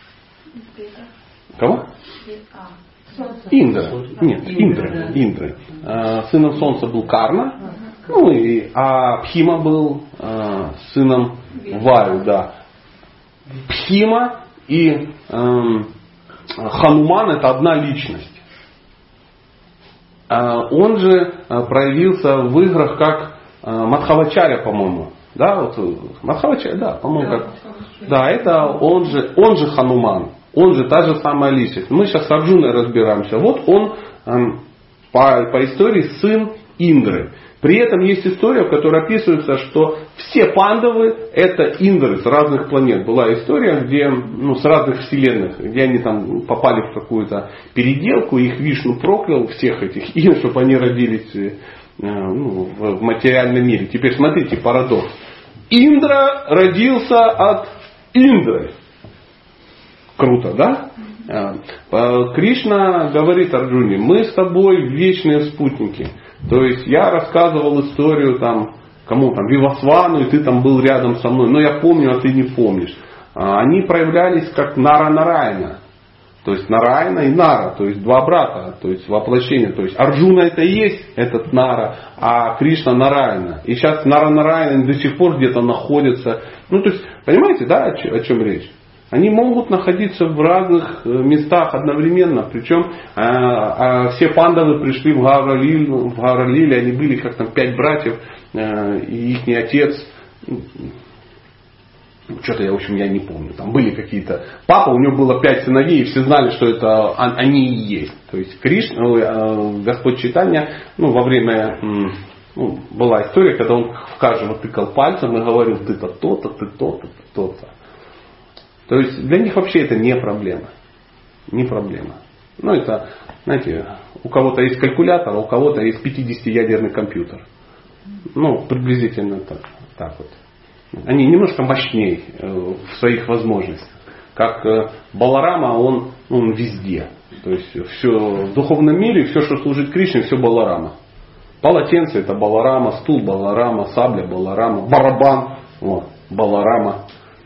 Кого? Индра. Нет, Индра. Индра. А, сыном Солнца был Карна. Ну, и, а Пхима был а, сыном Ваю, да. Пхима и а, Хануман это одна личность. А, он же а, проявился в играх как а, Мадхавачаря, по-моему. Да, вот Мадхавачаря, да, по-моему, как. Да, это он же, он же Хануман. Он же та же самая личность. Мы сейчас с Арджуной разбираемся. Вот он эм, по, по истории сын Индры. При этом есть история, в которой описывается, что все пандавы это Индры с разных планет. Была история, где ну, с разных вселенных, где они там попали в какую-то переделку, их Вишну проклял всех этих Индр, чтобы они родились э, ну, в, в материальном мире. Теперь смотрите парадокс. Индра родился от Индры. Круто, да? Кришна говорит Арджуне, мы с тобой вечные спутники. То есть я рассказывал историю там, кому там, Вивасвану, и ты там был рядом со мной. Но я помню, а ты не помнишь. Они проявлялись как Нара-Нараяна. То есть Нараяна и Нара, то есть два брата, то есть воплощение. То есть Арджуна это и есть этот Нара, а Кришна Нараяна. И сейчас Нара-Нараяна до сих пор где-то находится. Ну, то есть, понимаете, да, о чем речь? Они могут находиться в разных местах одновременно. Причем а, а все пандавы пришли в Гавралиль, в Гавралиле, они были как там пять братьев, а, и их отец, что-то я, в общем, я не помню. Там были какие-то. Папа, у него было пять сыновей, и все знали, что это они и есть. То есть Кришна, а, Господь Чайтанья, ну, во время ну, была история, когда он в каждого тыкал пальцем и говорил, ты-то то-то, ты то-то, ты то-то. То есть для них вообще это не проблема. Не проблема. Ну это, знаете, у кого-то есть калькулятор, а у кого-то есть пятидесятиядерный компьютер. Ну, приблизительно так, так вот. Они немножко мощнее в своих возможностях. Как Баларама, он, он везде. То есть все в духовном мире, все, что служит Кришне, все Баларама. Полотенце это Баларама, стул Баларама, сабля Баларама, барабан вот, Баларама.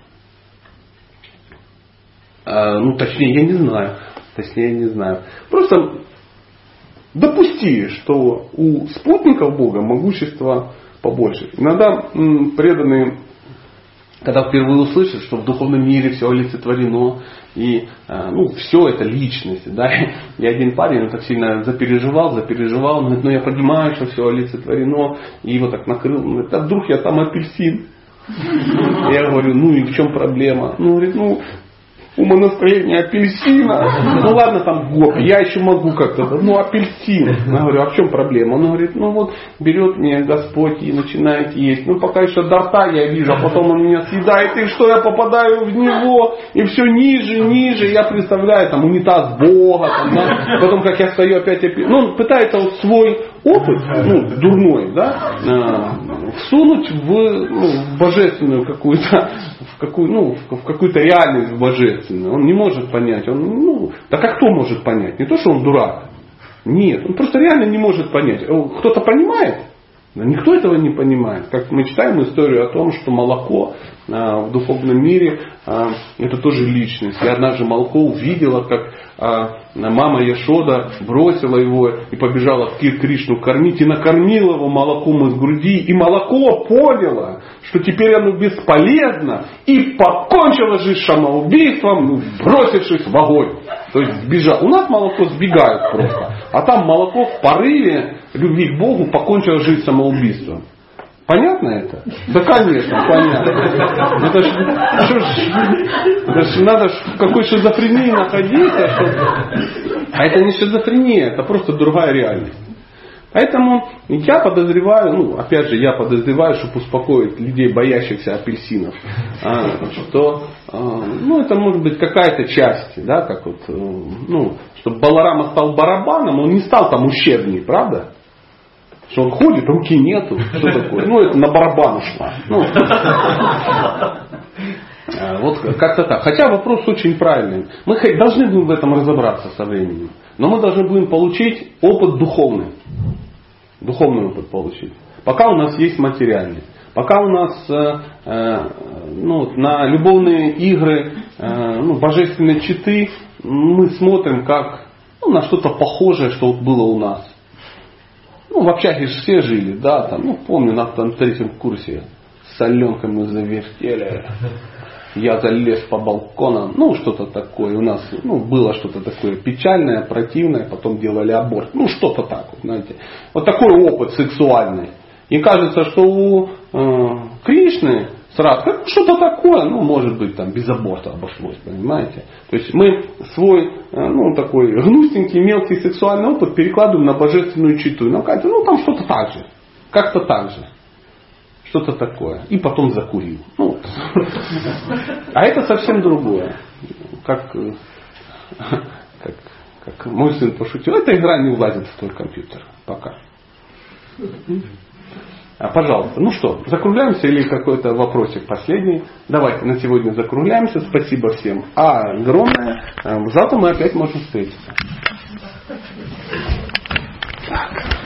Ну, точнее, я не знаю. Точнее, я не знаю. Просто допусти, что у спутников Бога могущество побольше. Иногда м, преданные когда впервые услышит, что в духовном мире все олицетворено, и ну, все это личность. Да? И один парень, он так сильно запереживал, запереживал, он говорит, ну я понимаю, что все олицетворено, и его так накрыл, он говорит, а вдруг я там апельсин? Я говорю, ну и в чем проблема? Он говорит, ну умонастроение апельсина. Ну ладно, там гоп, я еще могу как-то, ну апельсин. Я говорю, а в чем проблема? Он говорит, ну вот берет меня Господь и начинает есть. Ну пока еще до рта я вижу, а потом он меня съедает, и что я попадаю в него, и все ниже, ниже. Я представляю, там унитаз Бога, там, да? Потом как я стою опять, опять. Ну он пытается вот свой опыт, ну дурной, да, всунуть в, ну, в божественную какую-то, в какую, ну, в какую-то реальность божественную. Он не может понять. Он, ну, так а кто может понять? Не то, что он дурак. Нет, он просто реально не может понять. Кто-то понимает? Но никто этого не понимает. Как мы читаем историю о том, что молоко а, в духовном мире а, это тоже личность. И однажды молоко увидела, как а, мама Яшода бросила его и побежала в Кришну кормить. И накормила его молоком из груди. И молоко поняло, что теперь оно бесполезно. И покончило жизнь самоубийством, бросившись в огонь. То есть сбежал. У нас молоко сбегает просто. А там молоко в порыве любви к Богу покончило жизнь самоубийством. Понятно это? Да, конечно, понятно. Это ж, что ж, это ж надо ж в какой шизофрении находиться. Чтобы... А это не шизофрения, это просто другая реальность. Поэтому я подозреваю, ну, опять же, я подозреваю, чтобы успокоить людей, боящихся апельсинов, что, ну, это может быть какая-то часть, да, как вот, ну, чтобы Баларама стал барабаном, он не стал там ущербней, правда? Что он ходит, руки нету, что такое? Ну, это на барабан ушла. Ну, вот как-то так. Хотя вопрос очень правильный. Мы должны будем в этом разобраться со временем. Но мы должны будем получить опыт духовный. Духовный опыт получить. Пока у нас есть материальный. Пока у нас э, э, ну, на любовные игры э, ну, божественной четы мы смотрим как ну, на что-то похожее, что вот было у нас. Ну, в общаге же все жили, да, там, ну, помню, на там, третьем курсе с соленкой мы завертели. Я залез по балконам, ну, что-то такое. У нас ну, было что-то такое печальное, противное, потом делали аборт. Ну, что-то так, вот, знаете. Вот такой опыт сексуальный. И кажется, что у э, Кришны сразу что-то такое, ну, может быть, там, без аборта обошлось, понимаете. То есть мы свой, э, ну, такой гнусненький, мелкий сексуальный опыт перекладываем на божественную читу. И нам кажется, ну, там что-то так же. Как-то так же. Что-то такое. И потом закурил. Ну, а это совсем другое. Как, как, как мой сын пошутил. Эта игра не влазит в твой компьютер. Пока. А, пожалуйста. Ну что, закругляемся или какой-то вопросик последний? Давайте на сегодня закругляемся. Спасибо всем огромное. Завтра мы опять можем встретиться. Так.